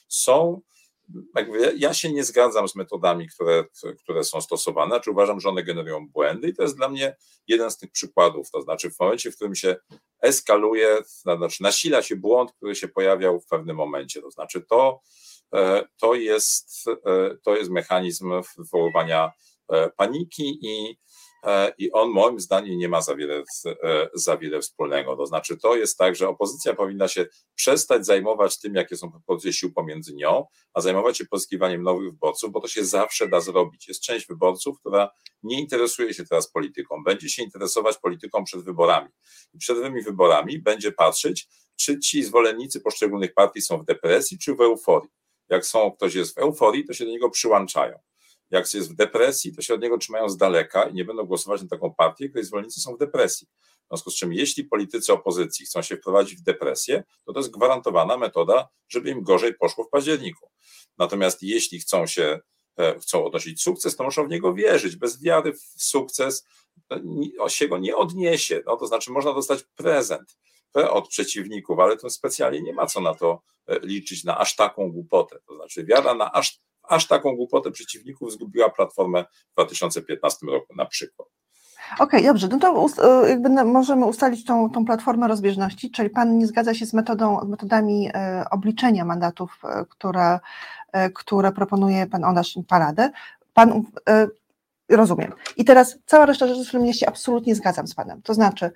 ja się nie zgadzam z metodami, które są stosowane, znaczy uważam, że one generują błędy i to jest dla mnie jeden z tych przykładów. To znaczy, w momencie, w którym się eskaluje, nasila się błąd, który się pojawiał w pewnym momencie. To znaczy, to jest mechanizm wywoływania paniki i on moim zdaniem nie ma za wiele wspólnego. To znaczy to jest tak, że opozycja powinna się przestać zajmować tym, jakie są proporcje sił pomiędzy nią, a zajmować się pozyskiwaniem nowych wyborców, bo to się zawsze da zrobić. Jest część wyborców, która nie interesuje się teraz polityką, będzie się interesować polityką przed wyborami. I przed tymi wyborami będzie patrzeć, czy ci zwolennicy poszczególnych partii są w depresji, czy w euforii. Jak ktoś jest w euforii, to się do niego przyłączają. Jak jest w depresji, to się od niego trzymają z daleka i nie będą głosować na taką partię, której zwolennicy są w depresji. związku z czym jeśli politycy opozycji chcą się wprowadzić w depresję, to jest gwarantowana metoda, żeby im gorzej poszło w październiku. Natomiast jeśli chcą odnosić sukces, to muszą w niego wierzyć. Bez wiary w sukces się go nie odniesie. To znaczy można dostać prezent od przeciwników, ale to specjalnie nie ma co na to liczyć, na aż taką głupotę. To znaczy wiara na aż taką głupotę przeciwników zgubiła Platformę w 2015 roku na przykład. Okej, dobrze, no to możemy ustalić tą platformę rozbieżności, czyli pan nie zgadza się z metodami obliczenia mandatów, które proponuje pan Onasz i Paradę. Rozumiem. I teraz cała reszta rzeczy, z którymi ja się absolutnie zgadzam z panem. To znaczy,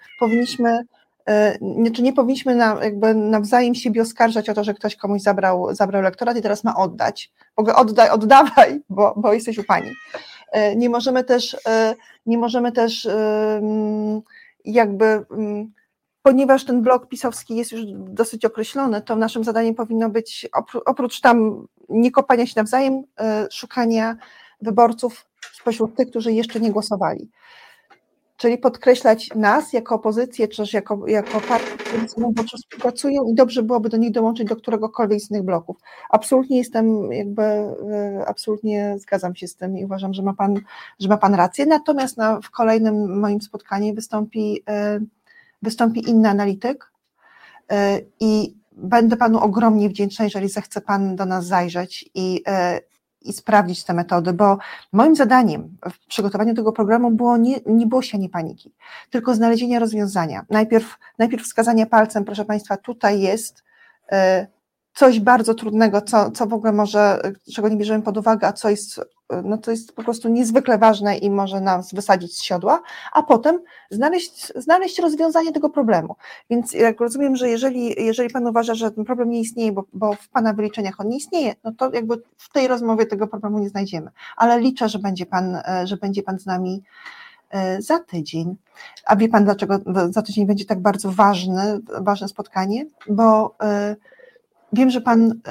nie powinniśmy nawzajem siebie oskarżać o to, że ktoś komuś zabrał elektorat i teraz ma oddać. W ogóle oddawaj, bo jesteś u pani. Nie możemy też ponieważ ten blok pisowski jest już dosyć określony, to naszym zadaniem powinno być, oprócz tam nie kopania się nawzajem, szukania wyborców spośród tych, którzy jeszcze nie głosowali. Czyli podkreślać nas jako opozycję, czy też jako partię, które ze sobą współpracują i dobrze byłoby do nich dołączyć do któregokolwiek z innych bloków. Absolutnie zgadzam się z tym i uważam, że ma pan rację. Natomiast w kolejnym moim spotkaniu wystąpi inny analityk i będę panu ogromnie wdzięczna, jeżeli zechce pan do nas zajrzeć i sprawdzić te metody, bo moim zadaniem w przygotowaniu tego programu nie było sianie paniki, tylko znalezienie rozwiązania. Najpierw wskazanie palcem, proszę państwa, tutaj jest coś bardzo trudnego, co w ogóle czego nie bierzemy pod uwagę, a co jest, to jest po prostu niezwykle ważne i może nas wysadzić z siodła, a potem znaleźć rozwiązanie tego problemu. Więc jak rozumiem, że jeżeli pan uważa, że ten problem nie istnieje, bo w pana wyliczeniach on nie istnieje, no to w tej rozmowie tego problemu nie znajdziemy. Ale liczę, że będzie pan z nami za tydzień. A wie pan, dlaczego za tydzień będzie tak bardzo ważne spotkanie? Bo wiem, że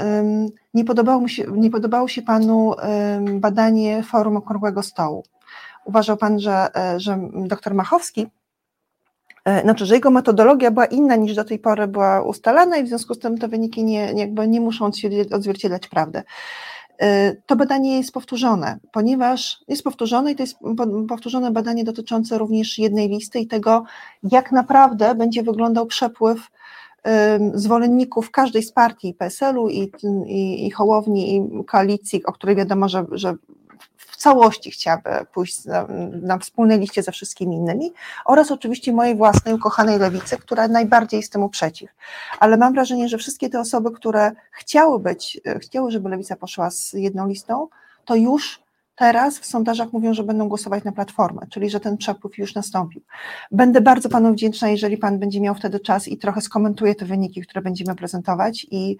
nie podobało się panu badanie Forum Okrągłego Stołu. Uważał pan, że dr Machowski, że jego metodologia była inna niż do tej pory była ustalana i w związku z tym te wyniki nie muszą odzwierciedlać prawdy. To badanie jest powtórzone, ponieważ jest powtórzone i to jest powtórzone badanie dotyczące również jednej listy i tego, jak naprawdę będzie wyglądał przepływ zwolenników każdej z partii, PSL-u i Hołowni, i koalicji, o której wiadomo, że w całości chciałaby pójść na wspólnej liście ze wszystkimi innymi, oraz oczywiście mojej własnej ukochanej Lewicy, która najbardziej jest temu przeciw. Ale mam wrażenie, że wszystkie te osoby, które chciały, żeby Lewica poszła z jedną listą, to już teraz w sondażach mówią, że będą głosować na Platformę, czyli że ten przepływ już nastąpił. Będę bardzo panu wdzięczna, jeżeli pan będzie miał wtedy czas i trochę skomentuje te wyniki, które będziemy prezentować i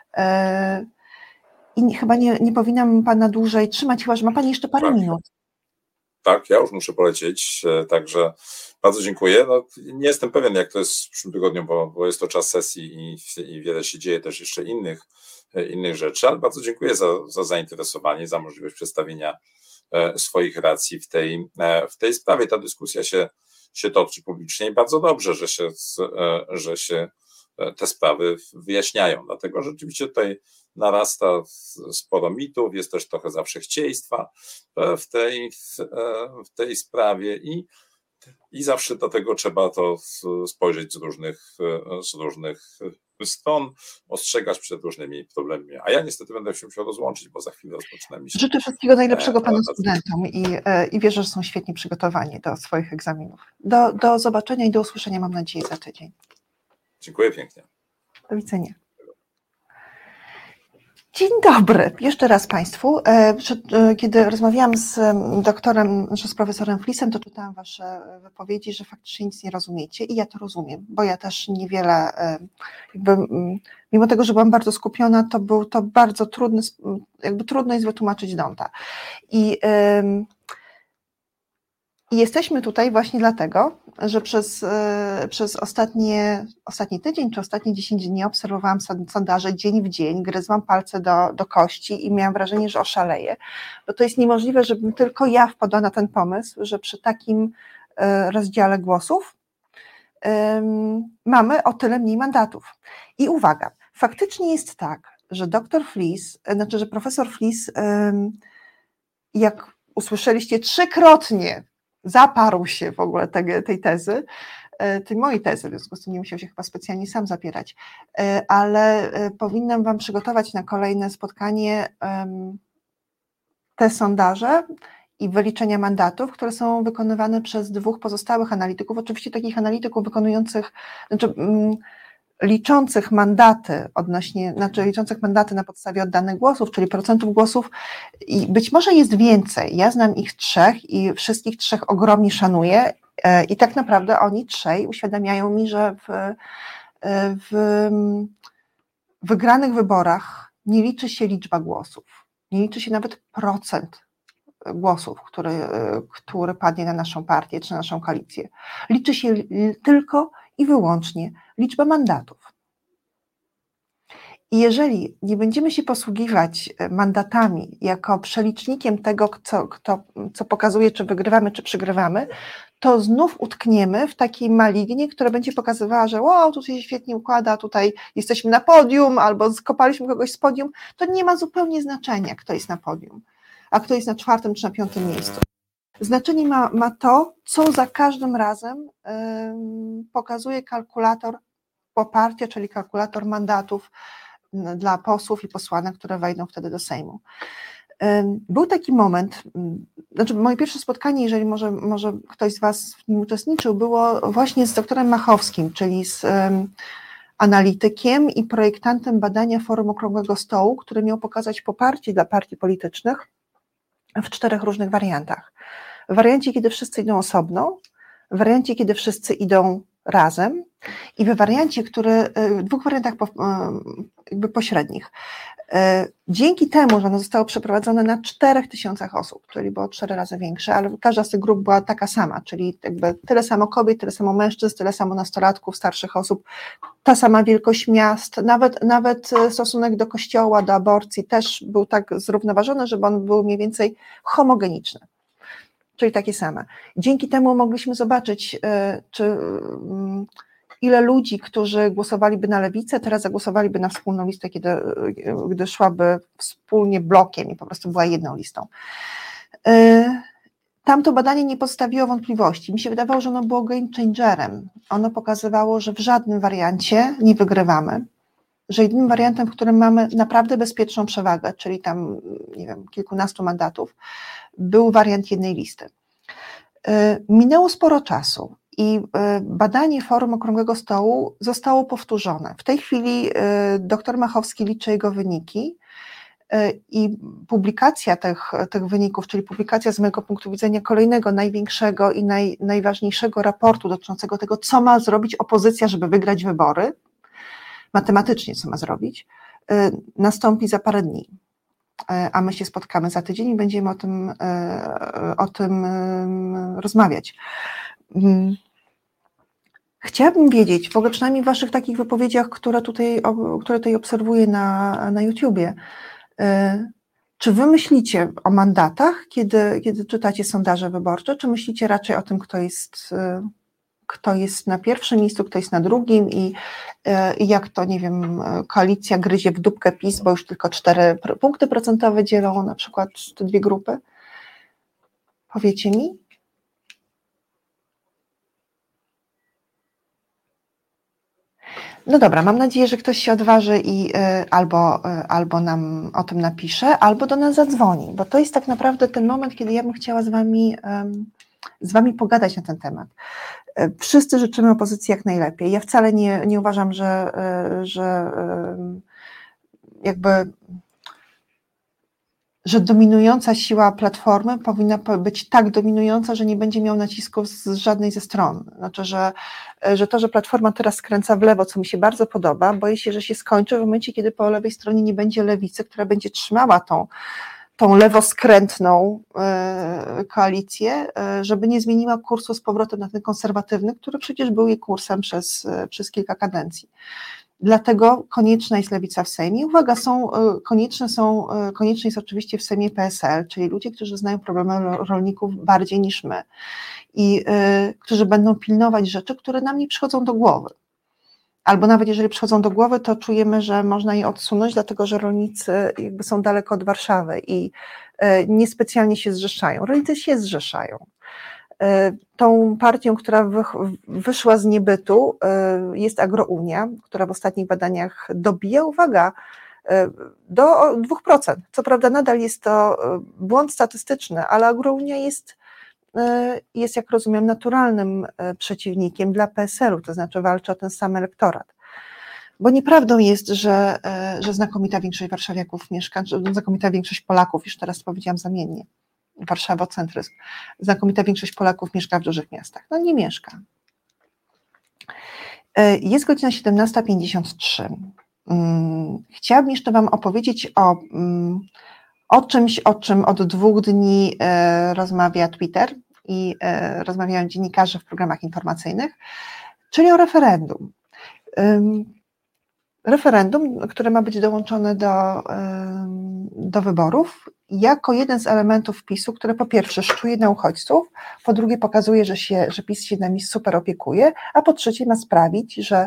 chyba nie powinnam pana dłużej trzymać, chyba że ma pan jeszcze parę minut. Tak, ja już muszę polecieć, także bardzo dziękuję. Nie jestem pewien, jak to jest w przyszłym tygodniu, bo jest to czas sesji i wiele się dzieje też jeszcze innych rzeczy, ale bardzo dziękuję za zainteresowanie, za możliwość przedstawienia swoich racji w tej sprawie. Ta dyskusja się toczy publicznie i bardzo dobrze, że się te sprawy wyjaśniają, dlatego że rzeczywiście tutaj narasta sporo mitów, jest też trochę zawszechciejstwa w tej sprawie i zawsze do tego trzeba to spojrzeć z różnych stron, ostrzegać przed różnymi problemami. A ja niestety będę się musiał rozłączyć, bo za chwilę rozpoczynam. Życzę wszystkiego najlepszego panu studentom i wierzę, że są świetnie przygotowani do swoich egzaminów. Do zobaczenia i do usłyszenia, mam nadzieję, za tydzień. Dziękuję pięknie. Do widzenia. Dzień dobry, jeszcze raz Państwu. Kiedy rozmawiałam z profesorem Flisem, to czytałam Wasze wypowiedzi, że faktycznie nic nie rozumiecie i ja to rozumiem, bo ja też niewiele, mimo tego, że byłam bardzo skupiona, to był to bardzo trudno jest wytłumaczyć Donta. I jesteśmy tutaj właśnie dlatego, że przez ostatni tydzień czy ostatnie 10 dni obserwowałam sondaże dzień w dzień, gryzłam palce do kości i miałam wrażenie, że oszaleję, bo to jest niemożliwe, żebym tylko ja wpadła na ten pomysł, że przy takim rozdziale głosów mamy o tyle mniej mandatów. I uwaga, faktycznie jest tak, że że profesor Flis, jak usłyszeliście, 3-krotnie zaparł się w ogóle tej tezy, tej mojej tezy, w związku z tym nie musiał się chyba specjalnie sam zapierać, ale powinnam wam przygotować na kolejne spotkanie te sondaże i wyliczenia mandatów, które są wykonywane przez 2 pozostałych analityków, oczywiście takich analityków liczących mandaty liczących mandaty na podstawie oddanych głosów, czyli procentów głosów, i być może jest więcej. Ja znam ich 3 i wszystkich 3 ogromnie szanuję i tak naprawdę oni 3 uświadamiają mi, że w wygranych wyborach nie liczy się liczba głosów, nie liczy się nawet procent głosów, który padnie na naszą partię czy na naszą koalicję. Liczy się tylko i wyłącznie liczba mandatów. I jeżeli nie będziemy się posługiwać mandatami jako przelicznikiem tego, co pokazuje, czy wygrywamy, czy przegrywamy, to znów utkniemy w takiej malignie, która będzie pokazywała, że wow, tu się świetnie układa, tutaj jesteśmy na podium, albo skopaliśmy kogoś z podium. To nie ma zupełnie znaczenia, kto jest na podium, a kto jest na 4. czy na 5. miejscu. Znaczenie ma to, co za każdym razem pokazuje kalkulator poparcia, czyli kalkulator mandatów dla posłów i posłanek, które wejdą wtedy do Sejmu. Był taki moment, moje pierwsze spotkanie, jeżeli może ktoś z was w nim uczestniczył, było właśnie z doktorem Machowskim, czyli z analitykiem i projektantem badania Forum Okrągłego Stołu, który miał pokazać poparcie dla partii politycznych w 4 różnych wariantach. W wariancie, kiedy wszyscy idą osobno, w wariancie, kiedy wszyscy idą razem i w wariancie, 2 wariantach jakby pośrednich. Dzięki temu, że ono zostało przeprowadzone na 4000 osób, czyli było 4 razy większe, ale każda z tych grup była taka sama, czyli jakby tyle samo kobiet, tyle samo mężczyzn, tyle samo nastolatków, starszych osób, ta sama wielkość miast, nawet stosunek do kościoła, do aborcji też był tak zrównoważony, żeby on był mniej więcej homogeniczny, czyli takie same. Dzięki temu mogliśmy zobaczyć, ile ludzi, którzy głosowaliby na lewicę, teraz zagłosowaliby na wspólną listę, gdy szłaby wspólnie blokiem i po prostu była jedną listą. Tamto badanie nie postawiło wątpliwości. Mi się wydawało, że ono było game changerem. Ono pokazywało, że w żadnym wariancie nie wygrywamy, że jedynym wariantem, w którym mamy naprawdę bezpieczną przewagę, czyli tam, nie wiem, kilkunastu mandatów, był wariant jednej listy. Minęło sporo czasu i badanie Forum Okrągłego Stołu zostało powtórzone. W tej chwili dr Machowski liczy jego wyniki i publikacja tych wyników, czyli publikacja z mojego punktu widzenia kolejnego, największego i najważniejszego raportu dotyczącego tego, co ma zrobić opozycja, żeby wygrać wybory, matematycznie co ma zrobić, nastąpi za parę dni. A my się spotkamy za tydzień i będziemy o tym rozmawiać. Chciałabym wiedzieć, w ogóle przynajmniej w waszych takich wypowiedziach, które tutaj obserwuję na YouTubie, czy wy myślicie o mandatach, kiedy czytacie sondaże wyborcze, czy myślicie raczej o tym, kto jest na pierwszym miejscu, kto jest na drugim i jak to, nie wiem, koalicja gryzie w dupkę PiS, bo już tylko 4 punkty procentowe dzielą na przykład te 2 grupy? Powiecie mi? No dobra, mam nadzieję, że ktoś się odważy i albo nam o tym napisze, albo do nas zadzwoni, bo to jest tak naprawdę ten moment, kiedy ja bym chciała z wami pogadać na ten temat. Wszyscy życzymy opozycji jak najlepiej. Ja wcale nie uważam, że dominująca siła Platformy powinna być tak dominująca, że nie będzie miał nacisków z żadnej ze stron. Znaczy, że to, że Platforma teraz skręca w lewo, co mi się bardzo podoba, boję się, że się skończy w momencie, kiedy po lewej stronie nie będzie lewicy, która będzie trzymała tą lewoskrętną koalicję, żeby nie zmieniła kursu z powrotem na ten konserwatywny, który przecież był jej kursem przez kilka kadencji. Dlatego konieczna jest lewica w Sejmie. Uwaga, konieczny jest oczywiście w Sejmie PSL, czyli ludzie, którzy znają problemy rolników bardziej niż my i którzy będą pilnować rzeczy, które nam nie przychodzą do głowy. Albo nawet jeżeli przychodzą do głowy, to czujemy, że można je odsunąć, dlatego że rolnicy jakby są daleko od Warszawy i niespecjalnie się zrzeszają. Rolnicy się zrzeszają. Tą partią, która wyszła z niebytu, jest Agrounia, która w ostatnich badaniach dobija, uwaga, do 2%. Co prawda nadal jest to błąd statystyczny, ale Agrounia jest, jak rozumiem, naturalnym przeciwnikiem dla PSL-u, to znaczy walczy o ten sam elektorat. Bo nieprawdą jest, że znakomita większość warszawiaków mieszka, znakomita większość Polaków, już teraz powiedziałam zamiennie, warszawocentryzm, znakomita większość Polaków mieszka w dużych miastach. No nie mieszka. Jest godzina 17:53. Chciałabym jeszcze Wam opowiedzieć o czymś, o czym od 2 dni rozmawia Twitter i rozmawiają dziennikarze w programach informacyjnych, czyli o referendum. Referendum, które ma być dołączone do wyborów, jako jeden z elementów PiS-u, który po pierwsze szczuje na uchodźców, po drugie pokazuje, że PiS się nami super opiekuje, a po trzecie ma sprawić, że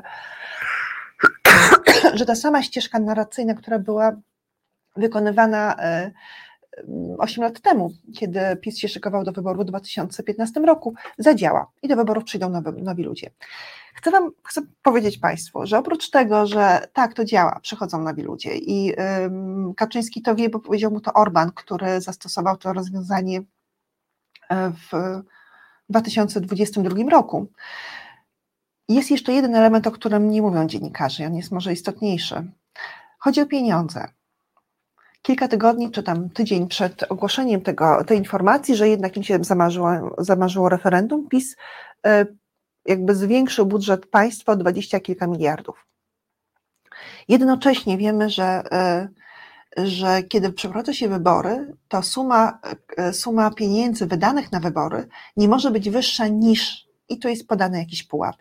ta sama ścieżka narracyjna, która była wykonywana 8 lat temu, kiedy PiS się szykował do wyboru w 2015 roku, zadziała i do wyborów przyjdą nowi ludzie. Chcę powiedzieć Państwu, że oprócz tego, że tak, to działa, przychodzą nowi ludzie i Kaczyński to wie, bo powiedział mu to Orban, który zastosował to rozwiązanie w 2022 roku. Jest jeszcze jeden element, o którym nie mówią dziennikarze, on jest może istotniejszy. Chodzi o pieniądze. Kilka tygodni, czy tam tydzień przed ogłoszeniem tej informacji, że jednak im się zamarzyło referendum, PiS jakby zwiększył budżet państwa o 20 kilka miliardów. Jednocześnie wiemy, że kiedy przeprowadza się wybory, to suma pieniędzy wydanych na wybory nie może być wyższa niż, i tu jest podany jakiś pułap.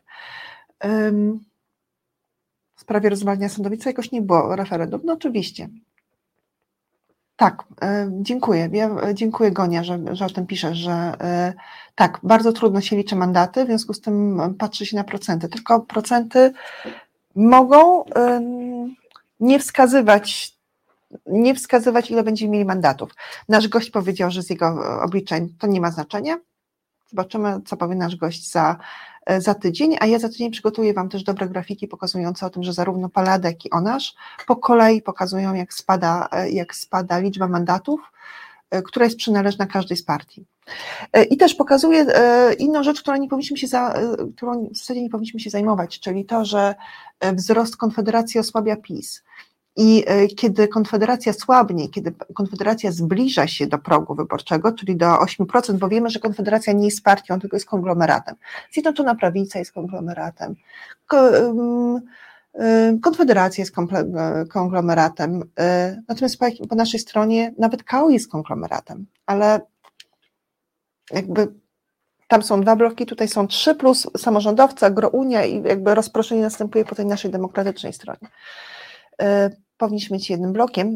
W sprawie rozwalenia sądownictwa jakoś nie było referendum, no oczywiście. Tak, dziękuję. Ja dziękuję Gonia, że o tym piszesz, że tak, bardzo trudno się liczy mandaty, w związku z tym patrzy się na procenty. Tylko procenty mogą nie wskazywać, ile będziemy mieli mandatów. Nasz gość powiedział, że z jego obliczeń to nie ma znaczenia. Zobaczymy, co powie nasz gość za tydzień, a ja za tydzień przygotuję Wam też dobre grafiki pokazujące o tym, że zarówno Palada, jak i Onasz po kolei pokazują, jak spada liczba mandatów, która jest przynależna każdej z partii. I też pokazuje inną rzecz, którą w zasadzie nie powinniśmy się zajmować, czyli to, że wzrost Konfederacji osłabia PiS. I kiedy Konfederacja słabnie, kiedy Konfederacja zbliża się do progu wyborczego, czyli do 8%, bo wiemy, że Konfederacja nie jest partią, tylko jest konglomeratem. Zjednoczona Prawica jest konglomeratem, Konfederacja jest konglomeratem, natomiast po naszej stronie nawet KO jest konglomeratem, ale jakby tam są 2 bloki, tutaj są 3 plus samorządowcy, Agrounia i jakby rozproszenie następuje po tej naszej demokratycznej stronie. Powinniśmy mieć jednym blokiem.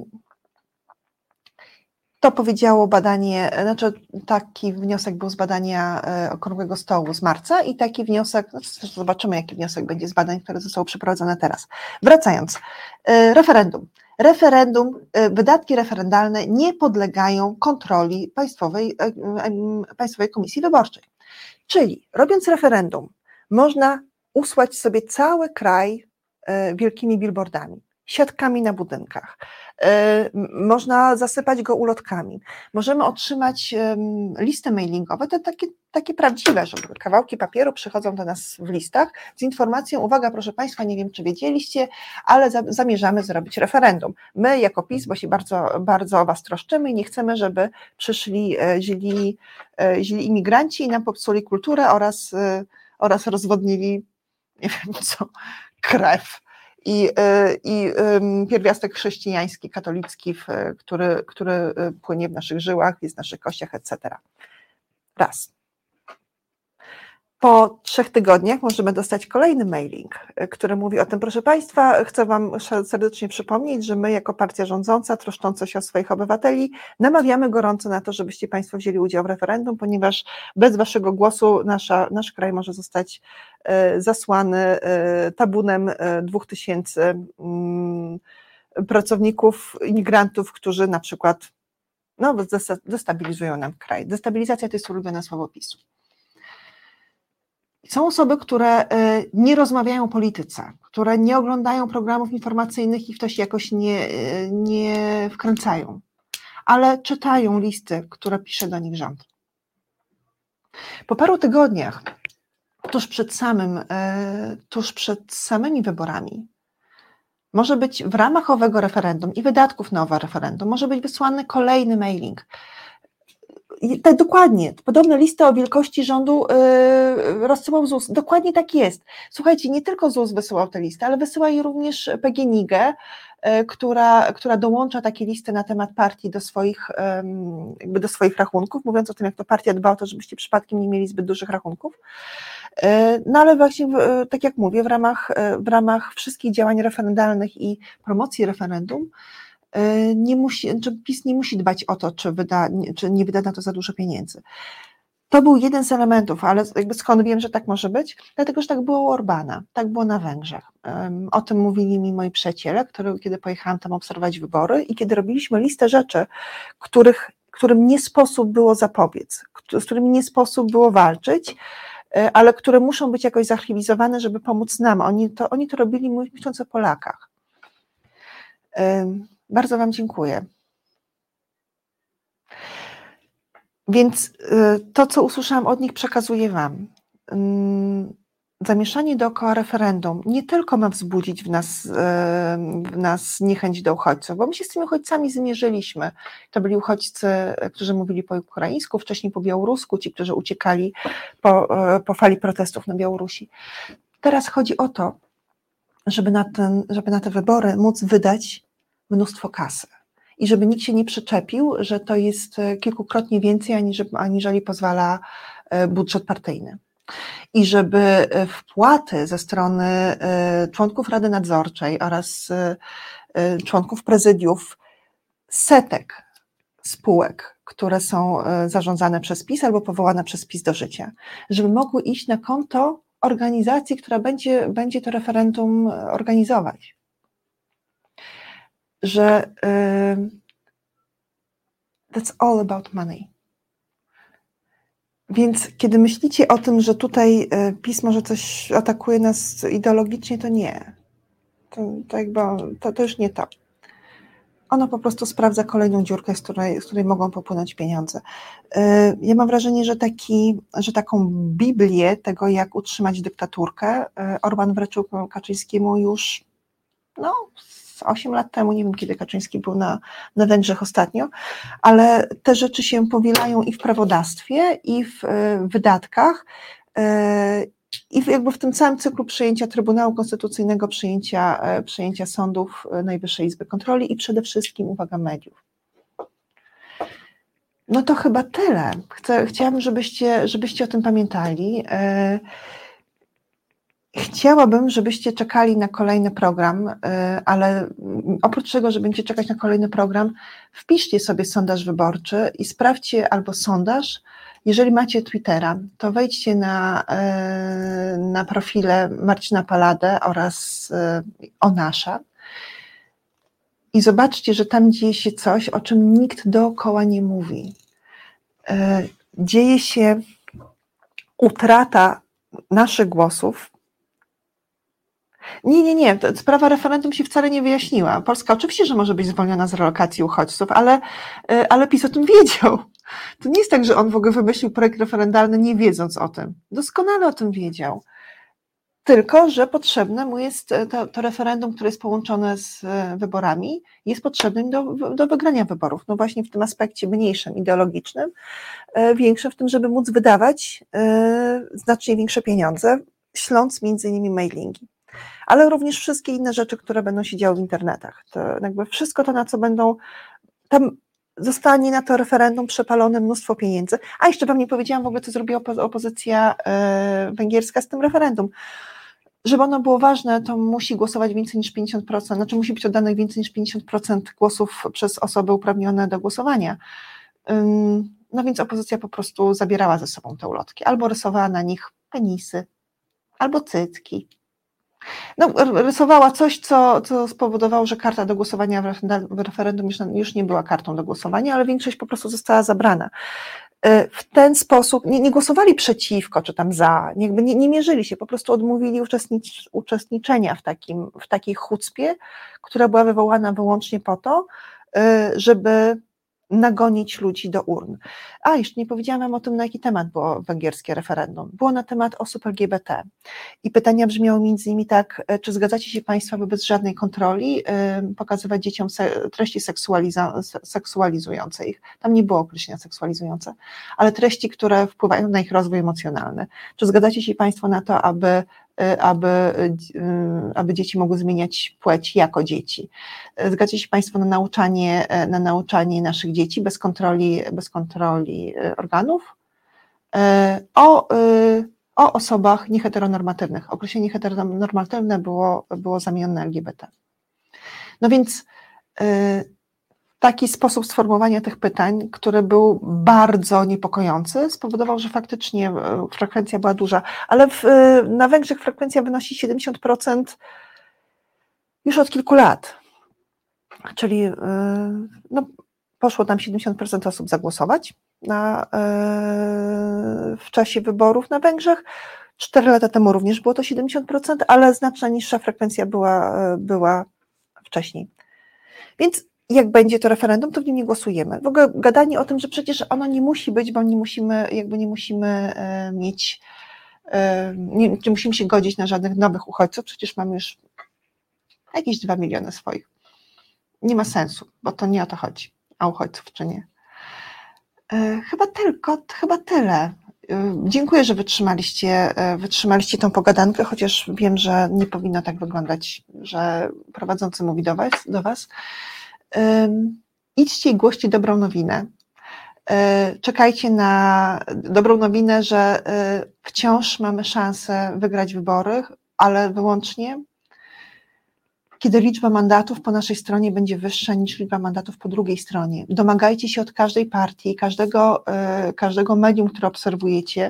To powiedziało badanie, znaczy taki wniosek był z badania Okrągłego Stołu z marca i taki wniosek, zobaczymy jaki wniosek będzie z badań, które zostały przeprowadzone teraz. Wracając, referendum, wydatki referendalne nie podlegają kontroli Państwowej Komisji Wyborczej. Czyli robiąc referendum, można usłać sobie cały kraj wielkimi billboardami, siatkami na budynkach, można zasypać go ulotkami, możemy otrzymać listy mailingowe, to takie prawdziwe, że kawałki papieru przychodzą do nas w listach z informacją, uwaga proszę Państwa, nie wiem czy wiedzieliście, ale zamierzamy zrobić referendum. My jako PiS, bo się bardzo, bardzo o Was troszczymy i nie chcemy, żeby przyszli źli imigranci i nam popsuli kulturę oraz rozwodnili, nie wiem co, krew. I pierwiastek chrześcijański, katolicki, który płynie w naszych żyłach, jest w naszych kościach, etc. Raz. po 3 tygodniach możemy dostać kolejny mailing, który mówi o tym: proszę Państwa, chcę Wam serdecznie przypomnieć, że my jako partia rządząca, troszcząca się o swoich obywateli, namawiamy gorąco na to, żebyście Państwo wzięli udział w referendum, ponieważ bez Waszego głosu nasz kraj może zostać zasłany tabunem 2000 pracowników, imigrantów, którzy na przykład destabilizują nam kraj. Destabilizacja to jest ulubione słowo PiS-u. Są osoby, które nie rozmawiają o polityce, które nie oglądają programów informacyjnych i w to się jakoś nie wkręcają, ale czytają listy, które pisze do nich rząd. Po paru tygodniach, tuż przed samymi wyborami, może być w ramach owego referendum i wydatków na owe referendum, może być wysłany kolejny mailing. Dokładnie, podobne listy o wielkości rządu rozsyłał ZUS, dokładnie tak jest. Słuchajcie, nie tylko ZUS wysyłał te listy, ale wysyła je również PGNiG, która dołącza takie listy na temat partii do swoich rachunków, mówiąc o tym, jak to partia dba o to, żebyście przypadkiem nie mieli zbyt dużych rachunków. No ale właśnie, tak jak mówię, w ramach wszystkich działań referendalnych i promocji referendum PiS nie musi dbać o to, czy nie wyda na to za dużo pieniędzy. To był jeden z elementów, ale skąd wiem, że tak może być? Dlatego, że tak było u Orbana, tak było na Węgrzech. O tym mówili mi moi przyjaciele, kiedy pojechałam tam obserwować wybory i kiedy robiliśmy listę rzeczy, którym nie sposób było zapobiec, z którymi nie sposób było walczyć, ale które muszą być jakoś zarchiwizowane, żeby pomóc nam. Oni to robili, myśląc o Polakach. Bardzo Wam dziękuję. Więc to, co usłyszałam od nich, przekazuję Wam. Zamieszanie dookoła referendum nie tylko ma wzbudzić w nas niechęć do uchodźców, bo my się z tymi uchodźcami zmierzyliśmy. To byli uchodźcy, którzy mówili po ukraińsku, wcześniej po białorusku, ci, którzy uciekali po fali protestów na Białorusi. Teraz chodzi o to, żeby na te wybory móc wydać mnóstwo kasy. I żeby nikt się nie przyczepił, że to jest kilkukrotnie więcej, aniżeli pozwala budżet partyjny. I żeby wpłaty ze strony członków Rady Nadzorczej oraz członków prezydiów setek spółek, które są zarządzane przez PiS albo powołane przez PiS do życia, żeby mogły iść na konto organizacji, która będzie to referendum organizować. Że that's all about money. Więc kiedy myślicie o tym, że tutaj PiS może coś atakuje nas ideologicznie, to nie. To już nie to. Ono po prostu sprawdza kolejną dziurkę, z której mogą popłynąć pieniądze. Ja mam wrażenie, że taką Biblię tego, jak utrzymać dyktaturkę, Orban wręczył Kaczyńskiemu już 8 lat temu, nie wiem kiedy Kaczyński był na Węgrzech ostatnio, ale te rzeczy się powielają i w prawodawstwie, i w wydatkach, i jakby w tym całym cyklu przyjęcia Trybunału Konstytucyjnego, przyjęcia sądów Najwyższej Izby Kontroli i przede wszystkim, uwaga, mediów. No to chyba tyle. Chciałabym, żebyście o tym pamiętali. Chciałabym, żebyście czekali na kolejny program, ale oprócz tego, że będziecie czekać na kolejny program, wpiszcie sobie sondaż wyborczy i sprawdźcie albo sondaż. Jeżeli macie Twittera, to wejdźcie na profile Marcina Paladę oraz Onasza i zobaczcie, że tam dzieje się coś, o czym nikt dookoła nie mówi. Dzieje się utrata naszych głosów. Nie, sprawa referendum się wcale nie wyjaśniła. Polska oczywiście, że może być zwolniona z relokacji uchodźców, ale PiS o tym wiedział. To nie jest tak, że on w ogóle wymyślił projekt referendalny nie wiedząc o tym. Doskonale o tym wiedział. Tylko że potrzebne mu jest to referendum, które jest połączone z wyborami, jest potrzebnym do wygrania wyborów. No właśnie w tym aspekcie mniejszym, ideologicznym, większym w tym, żeby móc wydawać znacznie większe pieniądze, śląc między innymi mailingi. Ale również wszystkie inne rzeczy, które będą się działy w internetach. To jakby wszystko to, na co będą tam zostanie na to referendum przepalone mnóstwo pieniędzy. A jeszcze wam nie powiedziałam w ogóle, co zrobiła opozycja węgierska z tym referendum. Żeby ono było ważne, to musi głosować więcej niż 50%, znaczy musi być oddanych więcej niż 50% głosów przez osoby uprawnione do głosowania. No więc opozycja po prostu zabierała ze sobą te ulotki, albo rysowała na nich penisy, albo cycki. No, rysowała coś, co spowodowało, że karta do głosowania w referendum już nie była kartą do głosowania, ale większość po prostu została zabrana. W ten sposób nie głosowali przeciwko czy tam za, nie mierzyli się, po prostu odmówili uczestniczenia w takiej chucpie, która była wywołana wyłącznie po to, żeby nagonić ludzi do urn. A, jeszcze nie powiedziałam wam o tym, na jaki temat było węgierskie referendum. Było na temat osób LGBT. I pytania brzmiały między innymi tak, czy zgadzacie się Państwo, aby bez żadnej kontroli pokazywać dzieciom treści seksualizujące ich. Tam nie było określenia seksualizujące, ale treści, które wpływają na ich rozwój emocjonalny. Czy zgadzacie się Państwo na to, aby dzieci mogły zmieniać płeć jako dzieci? Zgadzacie się Państwo na nauczanie naszych dzieci bez kontroli organów? O osobach nieheteronormatywnych. Określenie nieheteronormatywne było zamienione na LGBT. No więc taki sposób sformułowania tych pytań, który był bardzo niepokojący, spowodował, że faktycznie frekwencja była duża, ale na Węgrzech frekwencja wynosi 70% już od kilku lat. Czyli no, poszło tam 70% osób zagłosować w czasie wyborów na Węgrzech. 4 lata temu również było to 70%, ale znacznie niższa frekwencja była wcześniej. Więc jak będzie to referendum, to w nim nie głosujemy. W ogóle gadanie o tym, że przecież ono nie musi być, bo nie musimy mieć, nie musimy się godzić na żadnych nowych uchodźców, przecież mamy już jakieś 2 miliony swoich. Nie ma sensu, bo to nie o to chodzi, a uchodźców czy nie. Chyba tyle. Dziękuję, że wytrzymaliście tą pogadankę, chociaż wiem, że nie powinno tak wyglądać, że prowadzący mówi do was. Idźcie i głoście dobrą nowinę. Czekajcie na dobrą nowinę, że wciąż mamy szansę wygrać wybory, ale wyłącznie kiedy liczba mandatów po naszej stronie będzie wyższa niż liczba mandatów po drugiej stronie. Domagajcie się od każdej partii, każdego medium, które obserwujecie,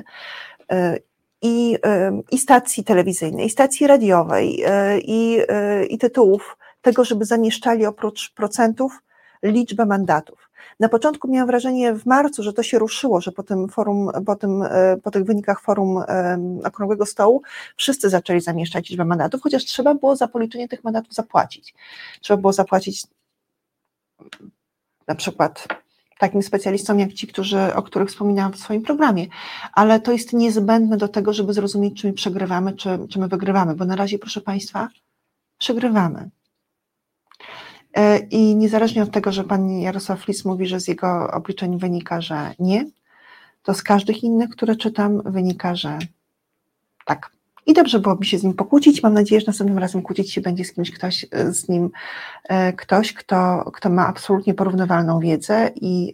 i stacji telewizyjnej, i stacji radiowej, i tytułów, tego, żeby zamieszczali oprócz procentów liczbę mandatów. Na początku miałam wrażenie w marcu, że to się ruszyło, że po tych wynikach forum Okrągłego Stołu wszyscy zaczęli zamieszczać liczbę mandatów, chociaż trzeba było za policzenie tych mandatów zapłacić. Trzeba było zapłacić na przykład takim specjalistom jak ci, o których wspominałam w swoim programie, ale to jest niezbędne do tego, żeby zrozumieć, czy my przegrywamy, czy my wygrywamy, bo na razie, proszę Państwa, przegrywamy. I niezależnie od tego, że pan Jarosław Flis mówi, że z jego obliczeń wynika, że nie, to z każdych innych, które czytam, wynika, że tak. I dobrze byłoby się z nim pokłócić. Mam nadzieję, że następnym razem kłócić się będzie z kimś, kto ma absolutnie porównywalną wiedzę i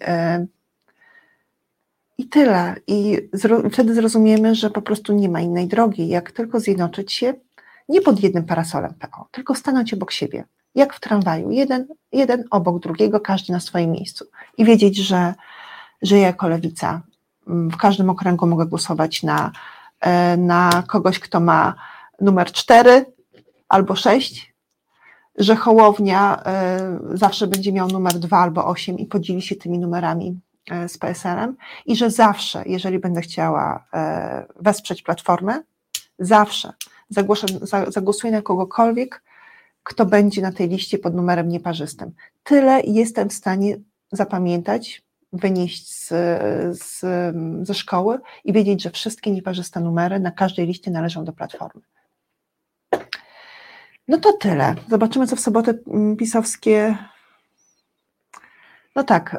tyle. I wtedy zrozumiemy, że po prostu nie ma innej drogi, jak tylko zjednoczyć się, nie pod jednym parasolem PO, tylko stanąć obok siebie. Jak w tramwaju, jeden obok drugiego, każdy na swoim miejscu i wiedzieć, że ja jako lewica w każdym okręgu mogę głosować na kogoś, kto ma numer 4 albo 6, że Hołownia zawsze będzie miał numer 2 albo 8 i podzieli się tymi numerami z PSL-em i że zawsze, jeżeli będę chciała wesprzeć Platformę, zawsze zagłosuję na kogokolwiek, kto będzie na tej liście pod numerem nieparzystym. Tyle jestem w stanie zapamiętać, wynieść ze szkoły i wiedzieć, że wszystkie nieparzyste numery na każdej liście należą do Platformy. No to tyle. Zobaczymy, co w sobotę pisowskie... No tak,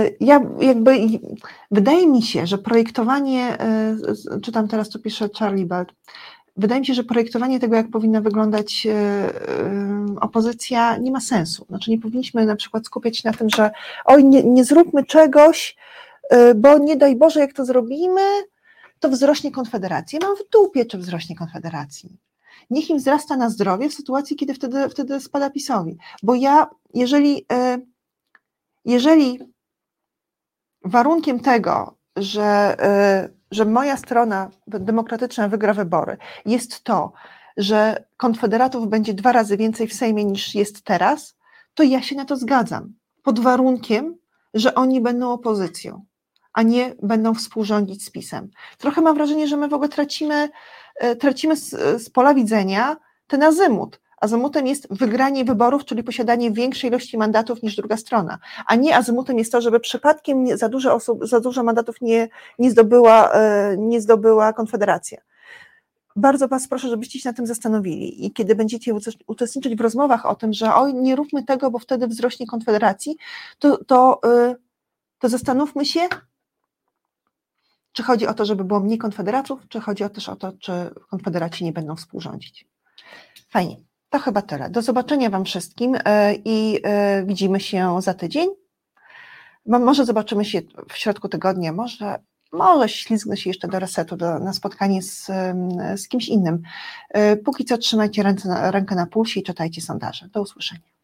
wydaje mi się, że projektowanie, czytam teraz, co pisze Charlie Belt, wydaje mi się, że projektowanie tego, jak powinna wyglądać opozycja nie ma sensu. Znaczy nie powinniśmy na przykład skupiać się na tym, że oj, nie zróbmy czegoś, bo nie daj Boże, jak to zrobimy, to wzrośnie Konfederacja. Mam w dupie, czy wzrośnie Konfederacji. Niech im wzrasta na zdrowie w sytuacji, kiedy wtedy spada PiS-owi. Bo jeżeli warunkiem tego, że moja strona demokratyczna wygra wybory, jest to, że konfederatów będzie 2 razy więcej w Sejmie niż jest teraz, to ja się na to zgadzam. Pod warunkiem, że oni będą opozycją, a nie będą współrządzić z PiS-em. Trochę mam wrażenie, że my w ogóle tracimy z pola widzenia ten azymut. Azymutem jest wygranie wyborów, czyli posiadanie większej ilości mandatów niż druga strona, a nie azymutem jest to, żeby przypadkiem za dużo mandatów nie zdobyła Konfederacja. Bardzo Was proszę, żebyście się na tym zastanowili i kiedy będziecie uczestniczyć w rozmowach o tym, że oj, nie róbmy tego, bo wtedy wzrośnie Konfederacji, to zastanówmy się, czy chodzi o to, żeby było mniej konfederatów, czy chodzi też o to, czy konfederaci nie będą współrządzić. Fajnie, to chyba tyle. Do zobaczenia Wam wszystkim i widzimy się za tydzień. Może zobaczymy się w środku tygodnia, może ślizgnę się jeszcze do Resetu na spotkanie z kimś innym. Póki co trzymajcie rękę na pulsie i czytajcie sondaże. Do usłyszenia.